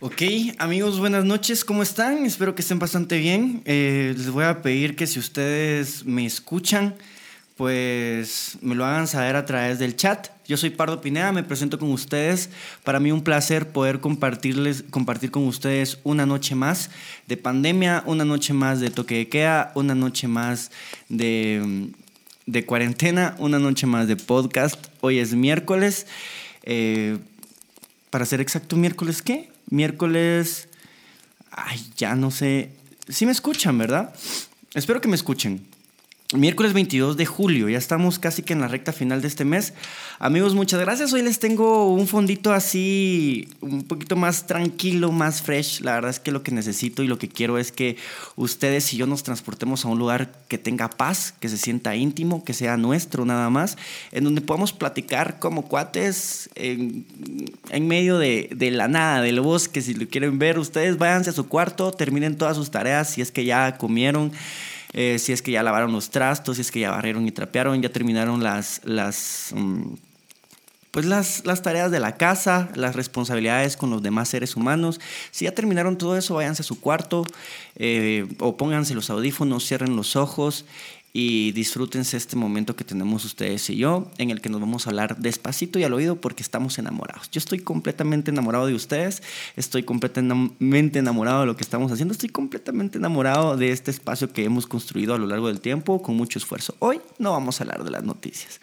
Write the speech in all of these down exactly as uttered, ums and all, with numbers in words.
Ok, amigos, buenas noches, ¿cómo están? Espero que estén bastante bien. Eh, les voy a pedir que si ustedes me escuchan, pues me lo hagan saber a través del chat. Yo soy Pardo Pineda, me presento con ustedes. Para mí un placer poder compartirles, compartir con ustedes una noche más de pandemia, una noche más de toque de queda, una noche más de, de cuarentena, una noche más de podcast. Hoy es miércoles. Eh, para ser exacto, ¿miércoles qué? Miércoles... Ay, ya no sé. Sí me escuchan, ¿verdad? Espero que me escuchen. Miércoles veintidós de julio, ya estamos casi que en la recta final de este mes. Amigos, muchas gracias. Hoy les tengo un fondito así, un poquito más tranquilo, más fresh. La verdad es que lo que necesito y lo que quiero es que ustedes y yo nos transportemos a un lugar que tenga paz, que se sienta íntimo, que sea nuestro nada más, en donde podamos platicar como cuates en, en medio de, de la nada, del bosque. Si lo quieren ver, ustedes váyanse a su cuarto, terminen todas sus tareas, si es que ya comieron. Eh, si es que ya lavaron los trastos, si es que ya barrieron y trapearon, ya terminaron las, las, um, pues las, las tareas de la casa, las responsabilidades con los demás seres humanos. Si ya terminaron todo eso, váyanse a su cuarto eh, o pónganse los audífonos, cierren los ojos y disfrútense este momento que tenemos ustedes y yo, en el que nos vamos a hablar despacito y al oído porque estamos enamorados. Yo estoy completamente enamorado de ustedes, estoy completamente enamorado de lo que estamos haciendo, estoy completamente enamorado de este espacio que hemos construido a lo largo del tiempo con mucho esfuerzo. Hoy no vamos a hablar de las noticias.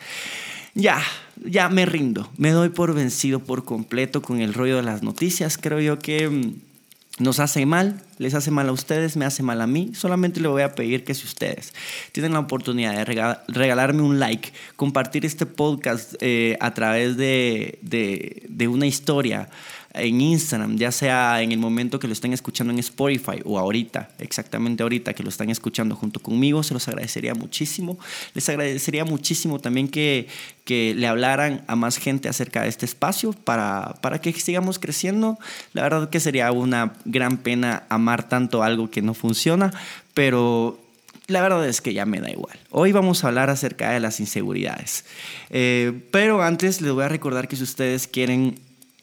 Ya, ya me rindo, me doy por vencido por completo con el rollo de las noticias. Creo yo que nos hace mal, les hace mal a ustedes, me hace mal a mí. Solamente le voy a pedir que si ustedes tienen la oportunidad de regal- regalarme un like, compartir este podcast eh, a través de, de, de una historia en Instagram, ya sea en el momento que lo estén escuchando en Spotify o ahorita, exactamente ahorita que lo están escuchando junto conmigo, se los agradecería muchísimo. Les agradecería muchísimo también que, que le hablaran a más gente acerca de este espacio para, para que sigamos creciendo. La verdad que sería una gran pena amar tanto algo que no funciona, pero la verdad es que ya me da igual. Hoy vamos a hablar acerca de las inseguridades. Eh, pero antes les voy a recordar que si ustedes quieren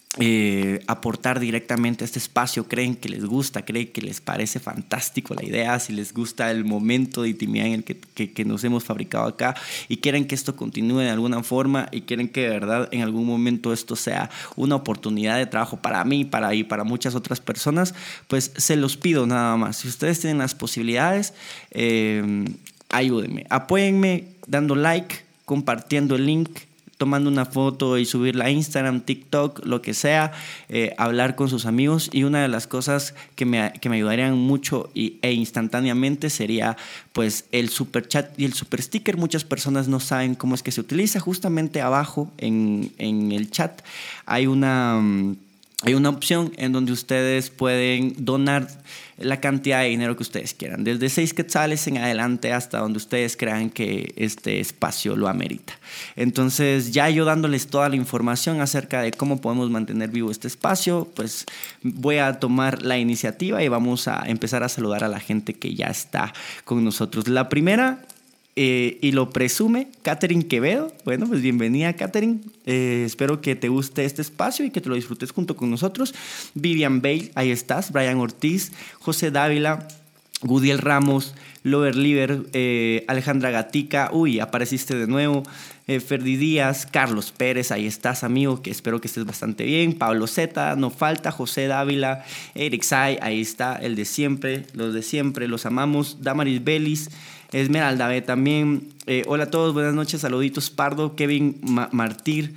Eh, aportar directamente a este espacio, creen que les gusta, creen que les parece fantástico la idea, si les gusta el momento de intimidad en el que, que, que nos hemos fabricado acá y quieren que esto continúe de alguna forma y quieren que de verdad en algún momento esto sea una oportunidad de trabajo para mí para, y para muchas otras personas, pues se los pido nada más. Si ustedes tienen las posibilidades, eh, ayúdenme, apóyenme dando like, compartiendo el link, tomando una foto y subirla a Instagram, TikTok, lo que sea, eh, hablar con sus amigos. Y una de las cosas que me, que me ayudarían mucho y, e instantáneamente sería pues el super chat y el super sticker. Muchas personas no saben cómo es que se utiliza. Justamente abajo en, en el chat hay una... Hay una opción en donde ustedes pueden donar la cantidad de dinero que ustedes quieran, desde seis quetzales en adelante hasta donde ustedes crean que este espacio lo amerita. Entonces, ya yo dándoles toda la información acerca de cómo podemos mantener vivo este espacio, pues voy a tomar la iniciativa y vamos a empezar a saludar a la gente que ya está con nosotros. La primera... Eh, y lo presume Catherine Quevedo. Bueno, pues bienvenida, Catherine. Eh, espero que te guste este espacio y que te lo disfrutes junto con nosotros. Vivian Bale, ahí estás. Brian Ortiz, José Dávila, Gudiel Ramos, Lover Liver, eh, Alejandra Gatica. Uy, apareciste de nuevo. Eh, Ferdi Díaz, Carlos Pérez, ahí estás, amigo, que espero que estés bastante bien. Pablo Zeta, no falta. José Dávila, Eric Sai, ahí está, el de siempre, los de siempre, los amamos. Damaris Belis, Esmeralda B también. Eh, hola a todos, buenas noches, saluditos. Pardo, Kevin Ma- Martir,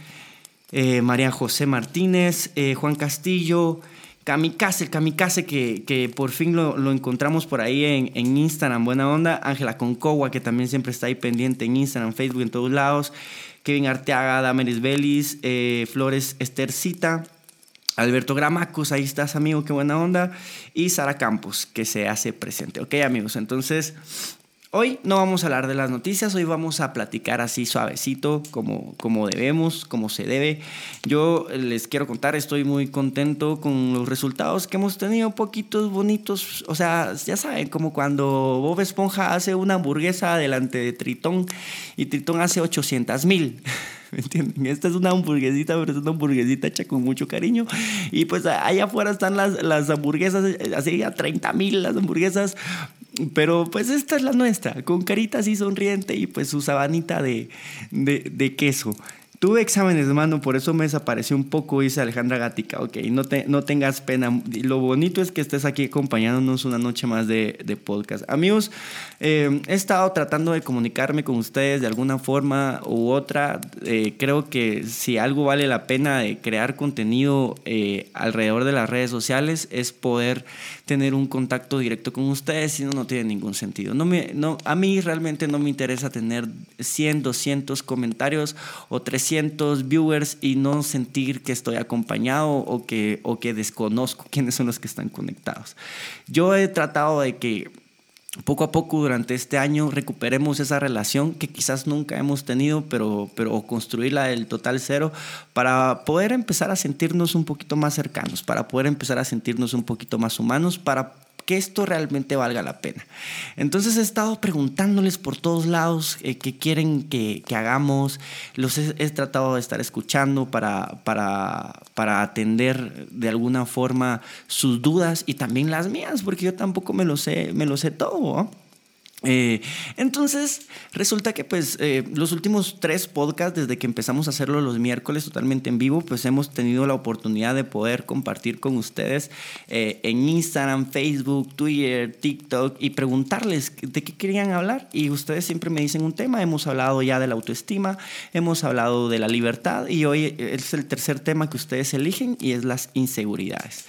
eh, María José Martínez, eh, Juan Castillo, Kamikaze, el Kamikaze que, que por fin lo, lo encontramos por ahí en, en Instagram, buena onda. Ángela Concagua, que también siempre está ahí pendiente en Instagram, Facebook, en todos lados. Kevin Arteaga, Damaris Belis, eh, Flores Estercita, Alberto Gramacos, ahí estás, amigo, qué buena onda. Y Sara Campos, que se hace presente. Ok, amigos, entonces... Hoy no vamos a hablar de las noticias, hoy vamos a platicar así suavecito, como, como debemos, como se debe. Yo les quiero contar, estoy muy contento con los resultados que hemos tenido, poquitos, bonitos. O sea, ya saben, como cuando Bob Esponja hace una hamburguesa delante de Tritón y Tritón hace ochocientos mil. ¿Me entienden? Esta es una hamburguesita, pero es una hamburguesita hecha con mucho cariño. Y pues allá afuera están las, las hamburguesas, así a treinta mil las hamburguesas. Pero pues esta es la nuestra, con carita así sonriente y pues su sabanita de, de, de queso. Tuve exámenes, hermano, por eso me desapareció un poco, dice Alejandra Gatica. Ok, no, te, no tengas pena. Lo bonito es que estés aquí acompañándonos una noche más de, de podcast. Amigos, eh, he estado tratando de comunicarme con ustedes de alguna forma u otra. Eh, creo que si algo vale la pena de crear contenido eh, alrededor de las redes sociales es poder tener un contacto directo con ustedes, si no, no tiene ningún sentido. No me, no, a mí realmente no me interesa tener cien, doscientos comentarios o trescientos viewers y no sentir que estoy acompañado o que, o que desconozco quiénes son los que están conectados. Yo he tratado de que poco a poco durante este año recuperemos esa relación que quizás nunca hemos tenido, pero, pero construirla del total cero para poder empezar a sentirnos un poquito más cercanos, para poder empezar a sentirnos un poquito más humanos, para que esto realmente valga la pena. Entonces he estado preguntándoles por todos lados eh, qué quieren que, que hagamos. Los he, he tratado de estar escuchando para, para, para atender de alguna forma sus dudas y también las mías, porque yo tampoco me lo sé, me lo sé todo, ¿no? Eh, entonces resulta que pues eh, los últimos tres podcasts desde que empezamos a hacerlo los miércoles totalmente en vivo, pues hemos tenido la oportunidad de poder compartir con ustedes eh, en Instagram, Facebook, Twitter, TikTok y preguntarles de qué querían hablar, y ustedes siempre me dicen un tema. Hemos hablado ya de la autoestima, hemos hablado de la libertad y hoy es el tercer tema que ustedes eligen y es las inseguridades.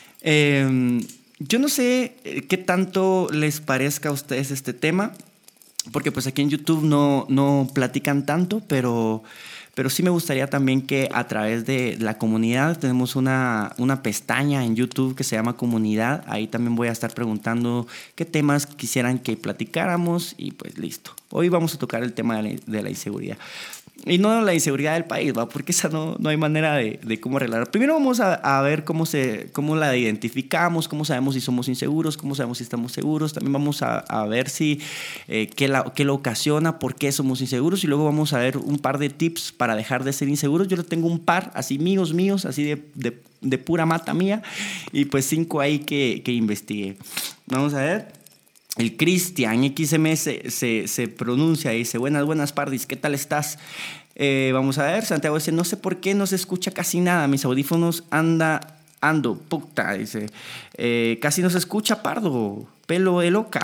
eh, Yo no sé qué tanto les parezca a ustedes este tema, porque pues aquí en YouTube no, no platican tanto, pero, pero sí me gustaría también que a través de la comunidad, tenemos una, una pestaña en YouTube que se llama Comunidad. Ahí también voy a estar preguntando qué temas quisieran que platicáramos y pues listo. Hoy vamos a tocar el tema de la, de la inseguridad. Y no la inseguridad del país, ¿va? Porque esa no, no hay manera de, de cómo arreglar. Primero vamos a, a ver cómo, se, cómo la identificamos, cómo sabemos si somos inseguros, cómo sabemos si estamos seguros. También vamos a, a ver si, eh, qué, la, qué lo ocasiona, por qué somos inseguros. Y luego vamos a ver un par de tips para dejar de ser inseguros. Yo les tengo un par, así míos, míos, así de, de, de pura mata mía. Y pues cinco ahí que, que investigué. Vamos a ver. El Cristian X M se, se, se pronuncia y dice: buenas, buenas Pardis, ¿qué tal estás? Eh, vamos a ver, Santiago dice: no sé por qué no se escucha casi nada, mis audífonos anda, ando, puta, dice. Eh, casi no se escucha, Pardo, pelo de loca.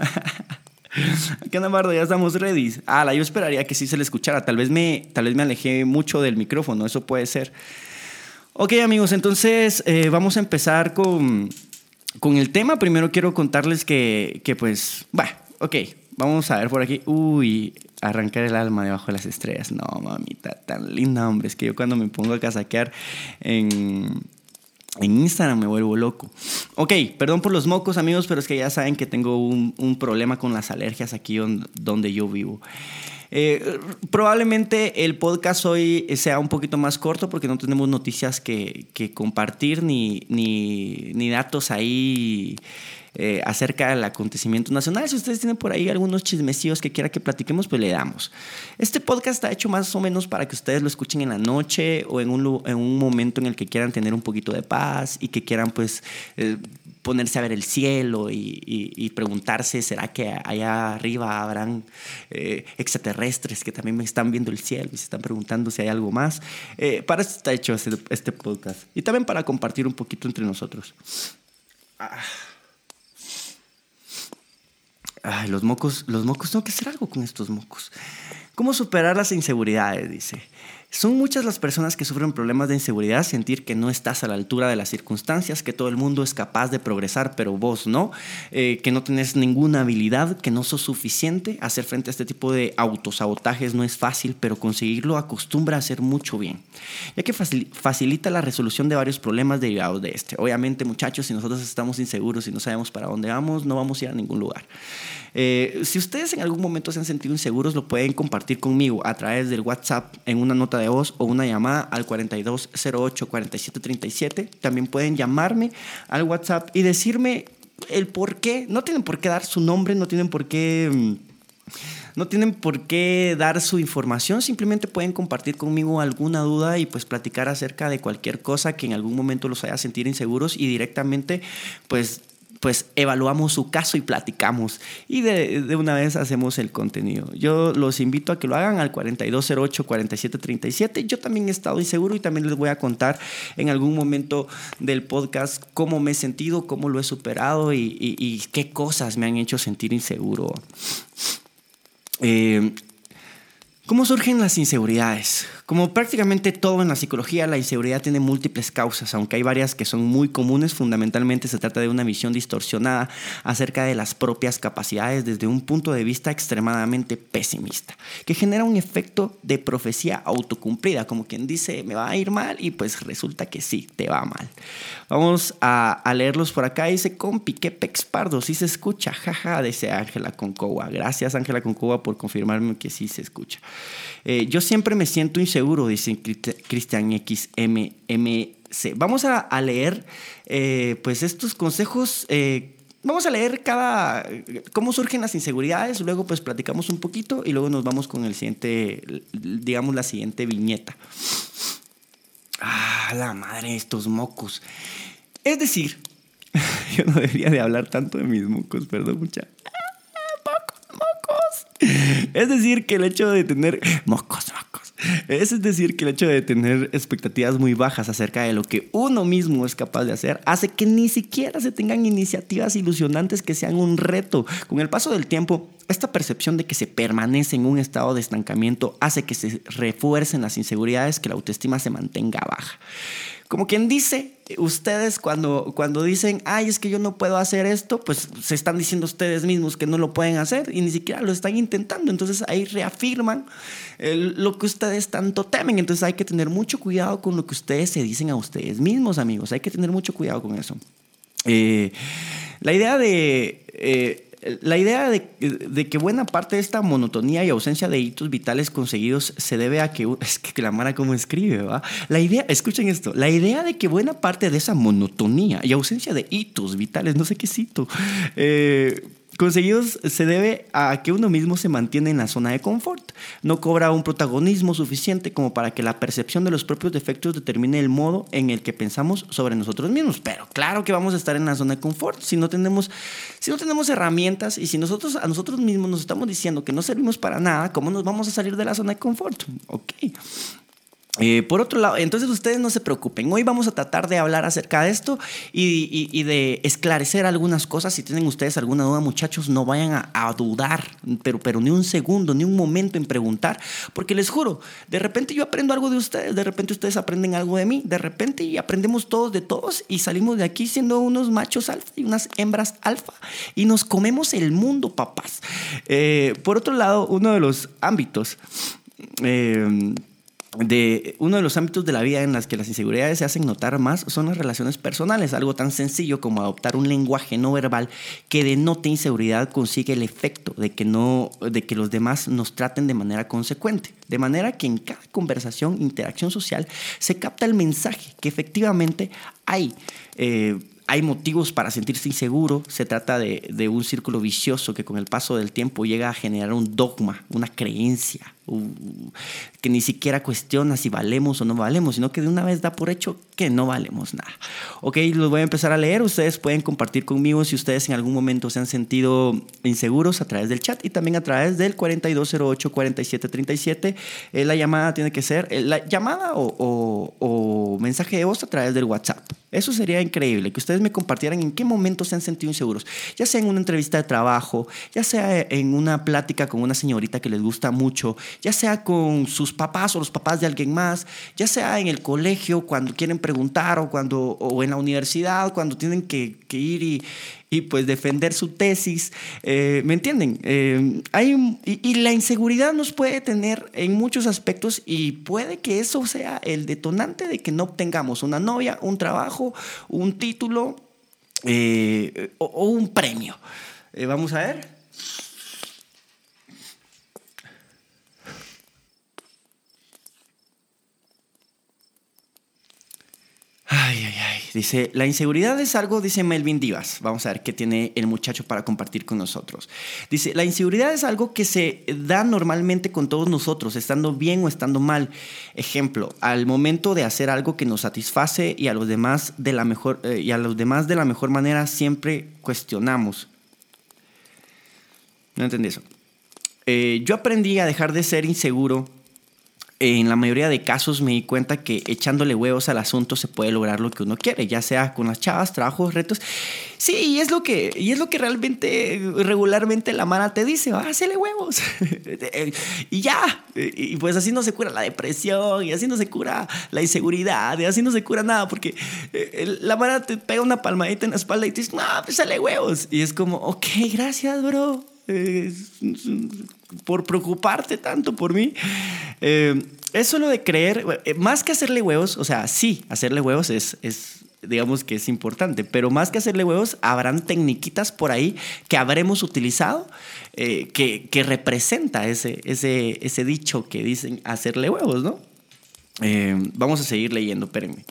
¿Qué onda, Pardo? Ya estamos ready. Ah, yo esperaría que sí se le escuchara, tal vez me, tal vez me alejé mucho del micrófono, eso puede ser. Ok, amigos, entonces eh, vamos a empezar con... Con el tema. Primero quiero contarles que, que pues, bueno, ok, vamos a ver por aquí. Uy, arrancar el alma debajo de las estrellas. No, mamita, tan linda, hombre. Es que yo cuando me pongo a casaquear en, en Instagram me vuelvo loco. Ok, perdón por los mocos, amigos, pero es que ya saben que tengo un, un problema con las alergias aquí donde, donde yo vivo. Eh, probablemente el podcast hoy sea un poquito más corto porque no tenemos noticias que, que compartir ni, ni, ni datos ahí eh, acerca del acontecimiento nacional. Si ustedes tienen por ahí algunos chismecillos que quieran que platiquemos, pues le damos. Este podcast está hecho más o menos para que ustedes lo escuchen en la noche o en un, en un momento en el que quieran tener un poquito de paz y que quieran pues eh, ponerse a ver el cielo y, y, y preguntarse: ¿será que allá arriba habrán eh, extraterrestres que también me están viendo el cielo y se están preguntando si hay algo más? Eh, para eso está hecho este, este podcast. Y también para compartir un poquito entre nosotros. Ah. Ay, los mocos, los mocos, tengo que hacer algo con estos mocos. ¿Cómo superar las inseguridades? Dice. Son muchas las personas que sufren problemas de inseguridad, sentir que no estás a la altura de las circunstancias, que todo el mundo es capaz de progresar, pero vos no, eh, que no tenés ninguna habilidad, que no sos suficiente. Hacer frente a este tipo de autosabotajes no es fácil, pero conseguirlo acostumbra a hacer mucho bien, ya que facil- facilita la resolución de varios problemas derivados de este. Obviamente, muchachos, si nosotros estamos inseguros y no sabemos para dónde vamos, no vamos a ir a ningún lugar. Eh, si ustedes en algún momento se han sentido inseguros, lo pueden compartir conmigo a través del WhatsApp en una nota de voz o una llamada al cuarenta y dos cero ocho, cuarenta y siete treinta y siete. También pueden llamarme al WhatsApp y decirme el por qué. No tienen por qué dar su nombre, no tienen por qué No tienen por qué dar su información, simplemente pueden compartir conmigo alguna duda y pues platicar acerca de cualquier cosa que en algún momento los haga sentir inseguros y directamente pues pues evaluamos su caso y platicamos y de, de una vez hacemos el contenido. Yo los invito a que lo hagan al cuarenta y dos cero ocho, cuarenta y siete treinta y siete. Yo también he estado inseguro y también les voy a contar en algún momento del podcast cómo me he sentido, cómo lo he superado y, y, y qué cosas me han hecho sentir inseguro. Eh, ¿Cómo surgen las inseguridades? Como prácticamente todo en la psicología, la inseguridad tiene múltiples causas, aunque hay varias que son muy comunes. Fundamentalmente se trata de una visión distorsionada acerca de las propias capacidades desde un punto de vista extremadamente pesimista, que genera un efecto de profecía autocumplida, como quien dice, me va a ir mal y pues resulta que sí, te va mal. Vamos a, a leerlos por acá. Dice, compi, qué pex pardo, sí se escucha, jaja, dice Ángela Concoa. Gracias, Ángela Concoa, por confirmarme que sí se escucha. Eh, yo siempre me siento inseguro, dice Cristian X M M C. Vamos a, a leer eh, pues estos consejos. Eh, vamos a leer cada cómo surgen las inseguridades, luego pues platicamos un poquito y luego nos vamos con el siguiente, digamos la siguiente viñeta. Ah, la madre, estos mocos. Es decir, yo no debería de hablar tanto de mis mocos, perdón, mucha. Es decir, que el hecho de tener mocos, mocos. Es decir, que el hecho de tener expectativas muy bajas acerca de lo que uno mismo es capaz de hacer hace que ni siquiera se tengan iniciativas ilusionantes que sean un reto. Con el paso del tiempo, esta percepción de que se permanece en un estado de estancamiento hace que se refuercen las inseguridades, que la autoestima se mantenga baja. Como quien dice, ustedes cuando, cuando dicen, ay, es que yo no puedo hacer esto, pues se están diciendo ustedes mismos que no lo pueden hacer y ni siquiera lo están intentando. Entonces ahí reafirman eh, lo que ustedes tanto temen. Entonces hay que tener mucho cuidado con lo que ustedes se dicen a ustedes mismos, amigos. Hay que tener mucho cuidado con eso. Eh, la idea de... Eh, La idea de, de que buena parte de esta monotonía y ausencia de hitos vitales conseguidos se debe a que... Es que la Mara cómo escribe, ¿va? La idea, escuchen esto, la idea de que buena parte de esa monotonía y ausencia de hitos vitales, no sé qué cito, eh, conseguidos se debe a que uno mismo se mantiene en la zona de confort. No cobra un protagonismo suficiente como para que la percepción de los propios defectos determine el modo en el que pensamos sobre nosotros mismos. Pero claro que vamos a estar en la zona de confort si no tenemos, si no tenemos herramientas y si nosotros a nosotros mismos nos estamos diciendo que no servimos para nada, ¿cómo nos vamos a salir de la zona de confort? Ok. Eh, por otro lado, entonces ustedes no se preocupen. Hoy vamos a tratar de hablar acerca de esto y, y, y de esclarecer algunas cosas. Si tienen ustedes alguna duda, muchachos, no vayan a, a dudar, pero, pero ni un segundo, ni un momento en preguntar, porque les juro, de repente yo aprendo algo de ustedes, de repente ustedes aprenden algo de mí, de repente y aprendemos todos de todos y salimos de aquí siendo unos machos alfa y unas hembras alfa y nos comemos el mundo, papás. Eh, por otro lado, uno de los ámbitos... Eh, De uno de los ámbitos de la vida en las que las inseguridades se hacen notar más son las relaciones personales. Algo tan sencillo como adoptar un lenguaje no verbal que denote inseguridad consigue el efecto de que, no, de que los demás nos traten de manera consecuente. De manera que en cada conversación, interacción social, se capta el mensaje que efectivamente hay... Eh, Hay motivos para sentirse inseguro. Se trata de, de un círculo vicioso que con el paso del tiempo llega a generar un dogma, una creencia, uh, que ni siquiera cuestiona si valemos o no valemos, sino que de una vez da por hecho que no valemos nada. Ok, los voy a empezar a leer. Ustedes pueden compartir conmigo si ustedes en algún momento se han sentido inseguros a través del chat y también a través del cuarenta y dos cero ocho, cuarenta y siete treinta y siete. Eh, la llamada tiene que ser, eh, la llamada o, o, o mensaje de voz a través del WhatsApp. Eso sería increíble, que ustedes me compartieran en qué momento se han sentido inseguros, ya sea en una entrevista de trabajo, ya sea en una plática con una señorita que les gusta mucho, ya sea con sus papás o los papás de alguien más, ya sea en el colegio cuando quieren preguntar o, cuando, o en la universidad cuando tienen que, que ir y, y pues defender su tesis. Eh, ¿Me entienden? Eh, hay, y, y la inseguridad nos puede tener en muchos aspectos y puede que eso sea el detonante de que no obtengamos una novia, un trabajo, un título eh, o, o un premio. Eh, vamos a ver. Ay, ay, ay. dice, la inseguridad es algo, dice Melvin Divas. Vamos a ver qué tiene el muchacho para compartir con nosotros. Dice, la inseguridad es algo que se da normalmente con todos nosotros, estando bien o estando mal. Ejemplo, al momento de hacer algo que nos satisface y a los demás de la mejor, eh, y a los demás de la mejor manera siempre cuestionamos. No entendí eso. Eh, yo aprendí a dejar de ser inseguro. En la mayoría de casos me di cuenta que echándole huevos al asunto se puede lograr lo que uno quiere, ya sea con las chavas, trabajos, retos. Sí, y es lo que, y es lo que realmente, regularmente la mara te dice, ah, hacele huevos. Y ya, y pues así no se cura la depresión, y así no se cura la inseguridad, y así no se cura nada, porque la mara te pega una palmadita en la espalda y te dice, no, pues hacele huevos. Y es como, ok, gracias, bro. Eh, por preocuparte tanto por mí. Eh, es solo de creer, eh, más que hacerle huevos, o sea, sí, hacerle huevos es, es, digamos que es importante, pero más que hacerle huevos, habrán tecniquitas por ahí que habremos utilizado eh, que, que representa ese, ese, ese dicho que dicen hacerle huevos, ¿no? Eh, vamos a seguir leyendo, espérenme.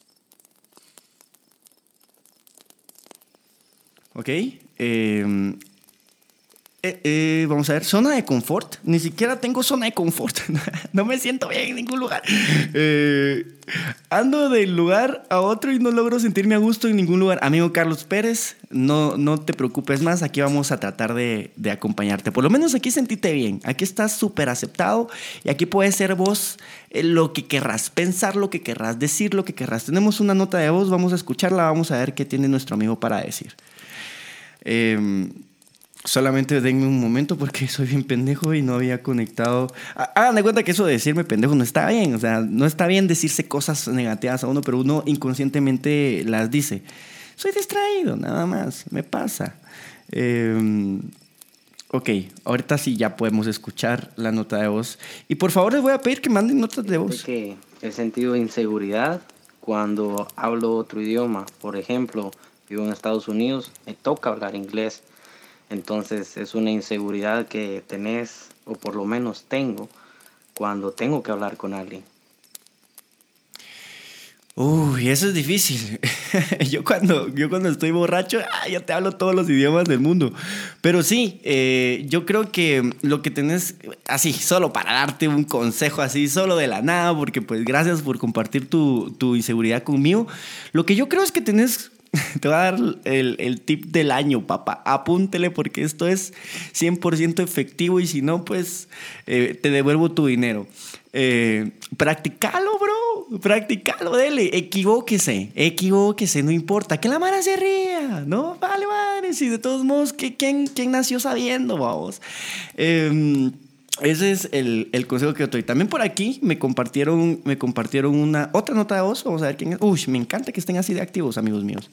Ok. Eh, Eh, eh, vamos a ver, zona de confort. Ni siquiera tengo zona de confort. No me siento bien en ningún lugar. Eh, ando de lugar a otro y no logro sentirme a gusto en ningún lugar. Amigo Carlos Pérez, no, no te preocupes más. Aquí vamos a tratar de, de acompañarte. Por lo menos aquí sentite bien. Aquí estás súper aceptado y aquí puedes ser vos eh, lo que querrás pensar, lo que querrás decir, lo que querrás. Tenemos una nota de voz, vamos a escucharla, vamos a ver qué tiene nuestro amigo para decir. Eh... Solamente denme un momento porque soy bien pendejo y no había conectado. Hagan de cuenta que eso de decirme pendejo no está bien. O sea, no está bien decirse cosas negativas a uno, pero uno inconscientemente las dice. Soy distraído, nada más. Me pasa. Eh, ok, ahorita sí ya podemos escuchar la nota de voz. Y por favor les voy a pedir que manden notas de voz. Que he sentido inseguridad cuando hablo otro idioma. Por ejemplo, vivo en Estados Unidos, me toca hablar inglés. Entonces es una inseguridad que tenés, o por lo menos tengo, cuando tengo que hablar con alguien. Uy, eso es difícil. yo, cuando, yo cuando estoy borracho, ah, ya te hablo todos los idiomas del mundo. Pero sí, eh, yo creo que lo que tenés, así, solo para darte un consejo así, solo de la nada, porque pues gracias por compartir tu, tu inseguridad conmigo. Lo que yo creo es que tenés... Te voy a dar el, el tip del año, papá. Apúntele porque esto es cien por ciento efectivo y si no, pues eh, te devuelvo tu dinero. Eh, practicalo, bro. Practicalo, dele. Equivóquese. Equivóquese, no importa. Que la mara se ría. No, vale, madre. Si de todos modos, ¿quién, quién nació sabiendo, vamos? Eh... Ese es el, el consejo que yo doy. También por aquí me compartieron, me compartieron una otra nota de voz. Vamos a ver quién es. Uy, me encanta que estén así de activos, amigos míos.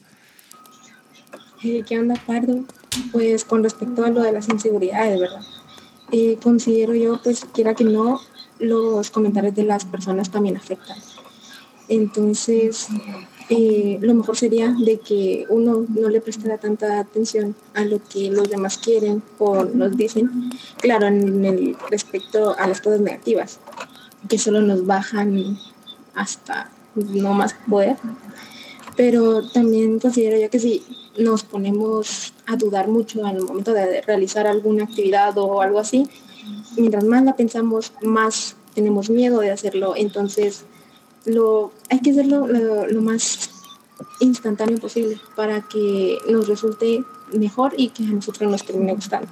Eh, ¿Qué onda, Pardo? Pues con respecto a lo de las inseguridades, ¿verdad? Eh, considero yo, pues quiera que no, los comentarios de las personas también afectan. Entonces, eh, lo mejor sería de que uno no le prestara tanta atención a lo que los demás quieren o nos dicen, claro, en el respecto a las cosas negativas, que solo nos bajan hasta no más poder. Pero también considero yo que si nos ponemos a dudar mucho al momento de realizar alguna actividad o algo así, mientras más la pensamos, más tenemos miedo de hacerlo. Entonces, Lo, hay que hacerlo lo, lo más instantáneo posible para que nos resulte mejor y que a nosotros nos termine gustando.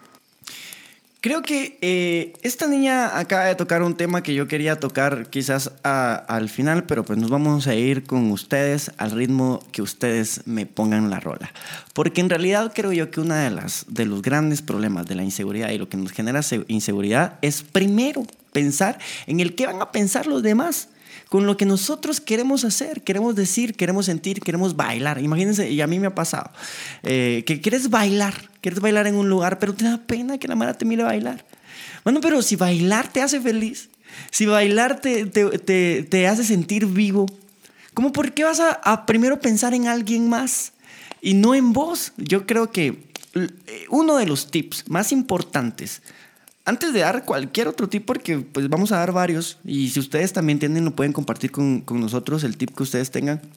Creo que eh, esta niña acaba de tocar un tema que yo quería tocar quizás a, al final, pero pues nos vamos a ir con ustedes al ritmo que ustedes me pongan la rola. Porque en realidad creo yo que uno de, las, de los grandes problemas de la inseguridad y lo que nos genera inseguridad es primero pensar en el qué van a pensar los demás. Con lo que nosotros queremos hacer, queremos decir, queremos sentir, queremos bailar. Imagínense, y a mí me ha pasado, eh, que quieres bailar, quieres bailar en un lugar, pero te da pena que la mara te mire bailar. Bueno, pero si bailar te hace feliz, si bailar te, te, te, te hace sentir vivo, ¿cómo por qué vas a, a primero pensar en alguien más y no en vos? Yo creo que uno de los tips más importantes, antes de dar cualquier otro tip, porque pues vamos a dar varios, y si ustedes también tienen, lo pueden compartir con, con nosotros, el tip que ustedes tengan.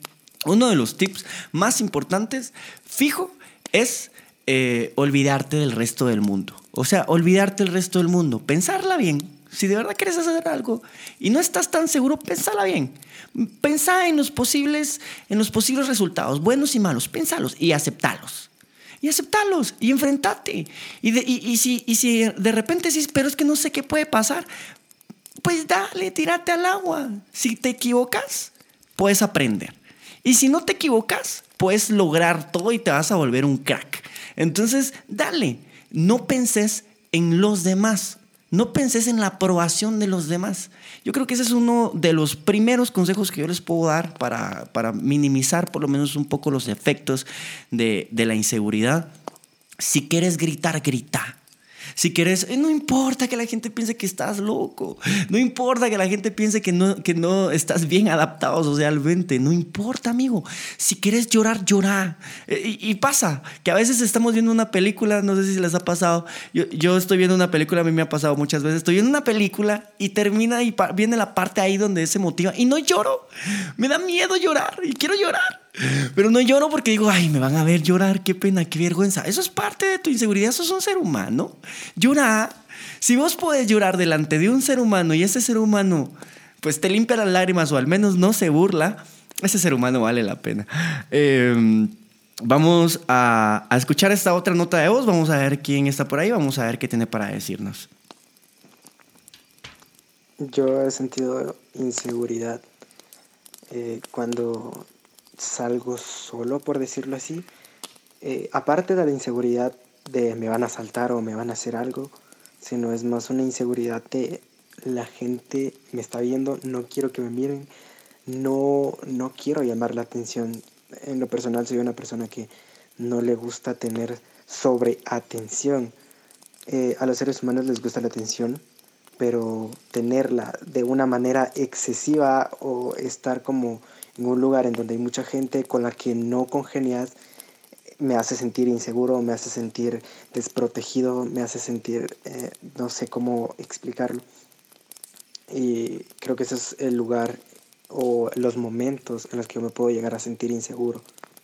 uno de los tips más importantes, fijo, es eh, olvidarte del resto del mundo. O sea, olvidarte del resto del mundo. Pensarla bien. Si de verdad quieres hacer algo y no estás tan seguro, pensala bien. Pensá en los posibles, en los posibles resultados, buenos y malos. Pénsalos y aceptalos. Y aceptalos y enfrentate. Y, de, y, y, si, y si de repente dices, pero es que no sé qué puede pasar, pues dale, tírate al agua. Si te equivocas, puedes aprender. Y si no te equivocas, puedes lograr todo y te vas a volver un crack. Entonces, dale. No penses en los demás. No penses en la aprobación de los demás. Yo creo que ese es uno de los primeros consejos que yo les puedo dar para, para minimizar por lo menos un poco los efectos de, de la inseguridad. Si quieres gritar, grita. Si quieres, no importa que la gente piense que estás loco. No importa que la gente piense que no, que no estás bien adaptado socialmente. No importa, amigo. Si quieres llorar, llora. Y, y pasa que a veces estamos viendo una película, no sé si les ha pasado. Yo, yo estoy viendo una película, a mí me ha pasado muchas veces. Estoy viendo una película y termina y pa- viene la parte ahí donde se motiva y no lloro. Me da miedo llorar y quiero llorar. Pero no lloro porque digo, ay, me van a ver llorar, qué pena, qué vergüenza. Eso es parte de tu inseguridad, eso es un ser humano. Llora. Si vos podés llorar delante de un ser humano y ese ser humano pues te limpia las lágrimas o al menos no se burla, ese ser humano vale la pena. Eh, vamos a, a escuchar esta otra nota de voz, vamos a ver quién está por ahí, vamos a ver qué tiene para decirnos. Yo he sentido inseguridad eh, cuando salgo solo, por decirlo así. Eh, aparte de la inseguridad de me van a asaltar o me van a hacer algo, sino es más una inseguridad de la gente me está viendo, no quiero que me miren, no, no quiero llamar la atención. En lo personal soy una persona que no le gusta tener sobreatención. Eh, a los seres humanos les gusta la atención, pero tenerla de una manera excesiva o estar como en un lugar en donde hay mucha gente con la que no congenias me hace sentir inseguro, me hace sentir desprotegido, me hace sentir, eh, no sé cómo explicarlo. Y creo que ese es el lugar o los momentos en los que yo me puedo llegar a sentir inseguro.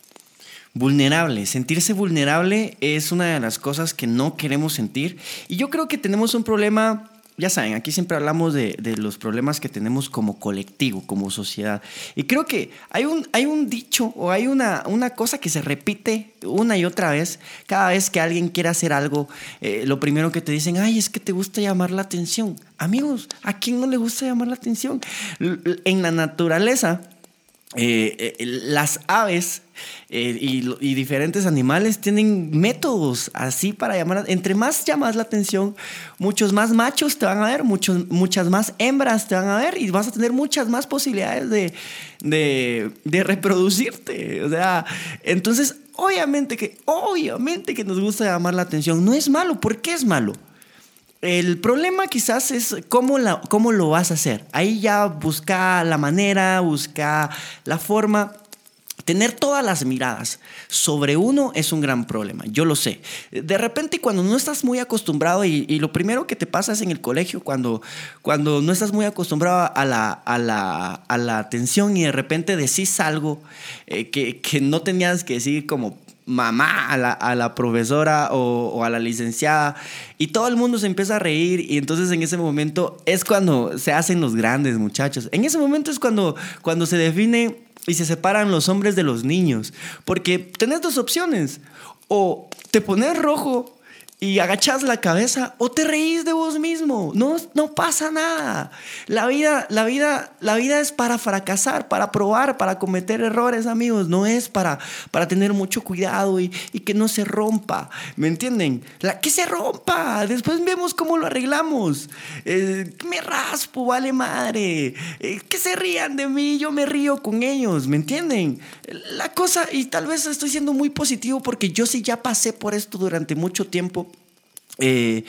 Vulnerable, sentirse vulnerable es una de las cosas que no queremos sentir. Y yo creo que tenemos un problema. Ya saben, aquí siempre hablamos de, de los problemas que tenemos como colectivo, como sociedad. Y creo que hay un, hay un dicho o hay una, una cosa que se repite una y otra vez. Cada vez que alguien quiere hacer algo, eh, lo primero que te dicen, ay, es que te gusta llamar la atención. Amigos, ¿a quién no le gusta llamar la atención? En la naturaleza, eh, eh, las aves eh, y, y diferentes animales tienen métodos así para llamar. Entre más llamas la atención, muchos más machos te van a ver, muchos, muchas más hembras te van a ver y vas a tener muchas más posibilidades de, de, de reproducirte. O sea, entonces obviamente que, obviamente que nos gusta llamar la atención. No es malo. ¿Por qué es malo? El problema quizás es cómo, la, cómo lo vas a hacer. Ahí ya busca la manera, busca la forma. Tener todas las miradas sobre uno es un gran problema, yo lo sé. De repente cuando no estás muy acostumbrado y, y lo primero que te pasa es en el colegio, cuando, cuando no estás muy acostumbrado a la, a la, a la atención y de repente decís algo eh, que, que no tenías que decir como mamá a la, a la profesora o, o a la licenciada y todo el mundo se empieza a reír y entonces en ese momento es cuando se hacen los grandes, muchachos. En ese momento es cuando, cuando se define y se separan los hombres de los niños, porque tenés dos opciones: o te pones rojo y agachas la cabeza o te reís de vos mismo. No, no pasa nada. La vida, la vida, la vida es para fracasar, para probar, para cometer errores, amigos. No es para, para tener mucho cuidado y, y que no se rompa. ¿Me entienden? La, que se rompa. Después vemos cómo lo arreglamos. Eh, me raspo, vale madre. Eh, que se rían de mí, yo me río con ellos. ¿Me entienden? La cosa, y tal vez estoy siendo muy positivo porque yo sí ya pasé por esto durante mucho tiempo. Eh,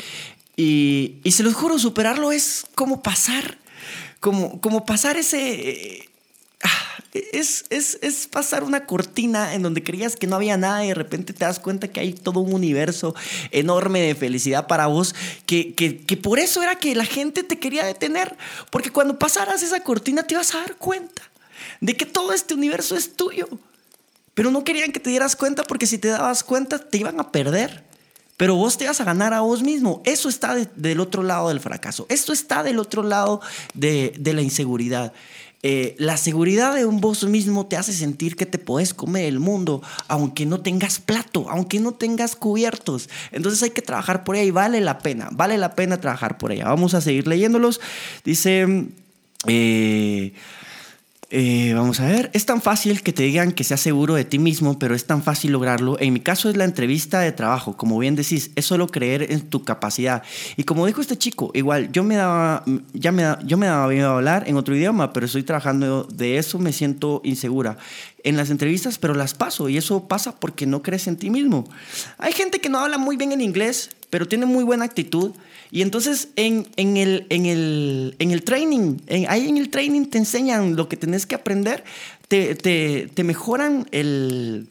y, y se los juro, superarlo es como pasar, como, como pasar ese... Eh, es, es, es pasar una cortina en donde creías que no había nada y de repente te das cuenta que hay todo un universo enorme de felicidad para vos, que, que, que por eso era que la gente te quería detener, porque cuando pasaras esa cortina te ibas a dar cuenta. de que todo este universo es tuyo. Pero no querían que te dieras cuenta porque si te dabas cuenta te iban a perder. Pero vos te vas a ganar a vos mismo. Eso está de, del otro lado del fracaso. Esto está del otro lado de, de la inseguridad. Eh, la seguridad de un vos mismo te hace sentir que te podés comer el mundo, aunque no tengas plato, aunque no tengas cubiertos. Entonces hay que trabajar por ella y vale la pena, vale la pena trabajar por ella. Vamos a seguir leyéndolos. Dice... Eh, Eh, vamos a ver, es tan fácil que te digan que seas seguro de ti mismo, pero es tan fácil lograrlo. En mi caso es la entrevista de trabajo, como bien decís, es solo creer en tu capacidad. Y como dijo este chico, igual yo me daba, ya me, yo me daba miedo a hablar en otro idioma, pero estoy trabajando de eso, me siento insegura en las entrevistas, pero las paso y eso pasa porque no crees en ti mismo. Hay gente que no habla muy bien en inglés, pero tiene muy buena actitud. Y entonces en, en, el, en, el, en el training, en, ahí en el training te enseñan lo que tenés que aprender, te, te, te mejoran el,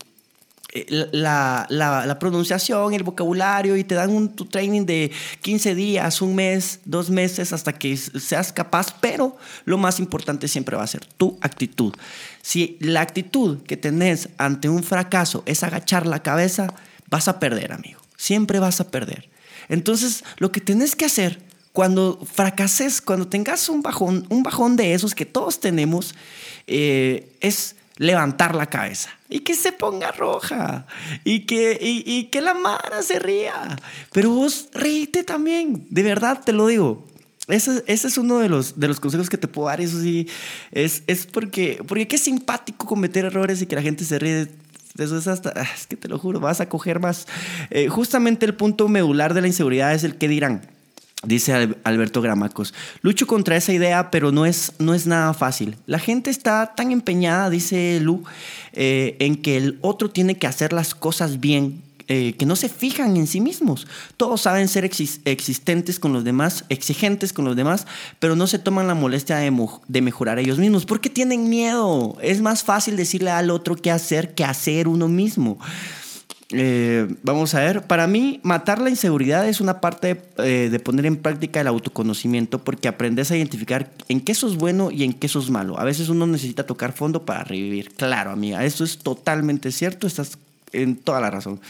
la, la, la pronunciación, el vocabulario y te dan un tu training de quince días, un mes, dos meses hasta que seas capaz, pero lo más importante siempre va a ser tu actitud. Si la actitud que tenés ante un fracaso es agachar la cabeza, vas a perder, amigo. Siempre vas a perder. Entonces, lo que tenés que hacer cuando fracases, cuando tengas un bajón, un bajón de esos que todos tenemos, eh, es levantar la cabeza y que se ponga roja y que, y, y que la mara se ría. Pero vos ríete también, de verdad te lo digo. Ese, ese es uno de los, de los consejos que te puedo dar. Eso sí, es, es porque, porque qué simpático cometer errores y que la gente se ríe. Eso es hasta, es que te lo juro, vas a coger más. Eh, justamente el punto medular de la inseguridad es el que dirán, dice Alberto Gramacos. Lucho contra esa idea, pero no es, no es nada fácil. La gente está tan empeñada, dice Lu, eh, en que el otro tiene que hacer las cosas bien, eh, que no se fijan en sí mismos. Todos saben ser exis- existentes con los demás, exigentes con los demás, pero no se toman la molestia de, mo- de mejorar ellos mismos porque tienen miedo. Es más fácil decirle al otro qué hacer que hacer uno mismo. Eh, vamos a ver, para mí matar la inseguridad es una parte eh, de poner en práctica el autoconocimiento, porque aprendes a identificar en qué sos bueno y en qué sos malo. A veces uno necesita tocar fondo para revivir. Claro, amiga, eso es totalmente cierto, estás en toda la razón.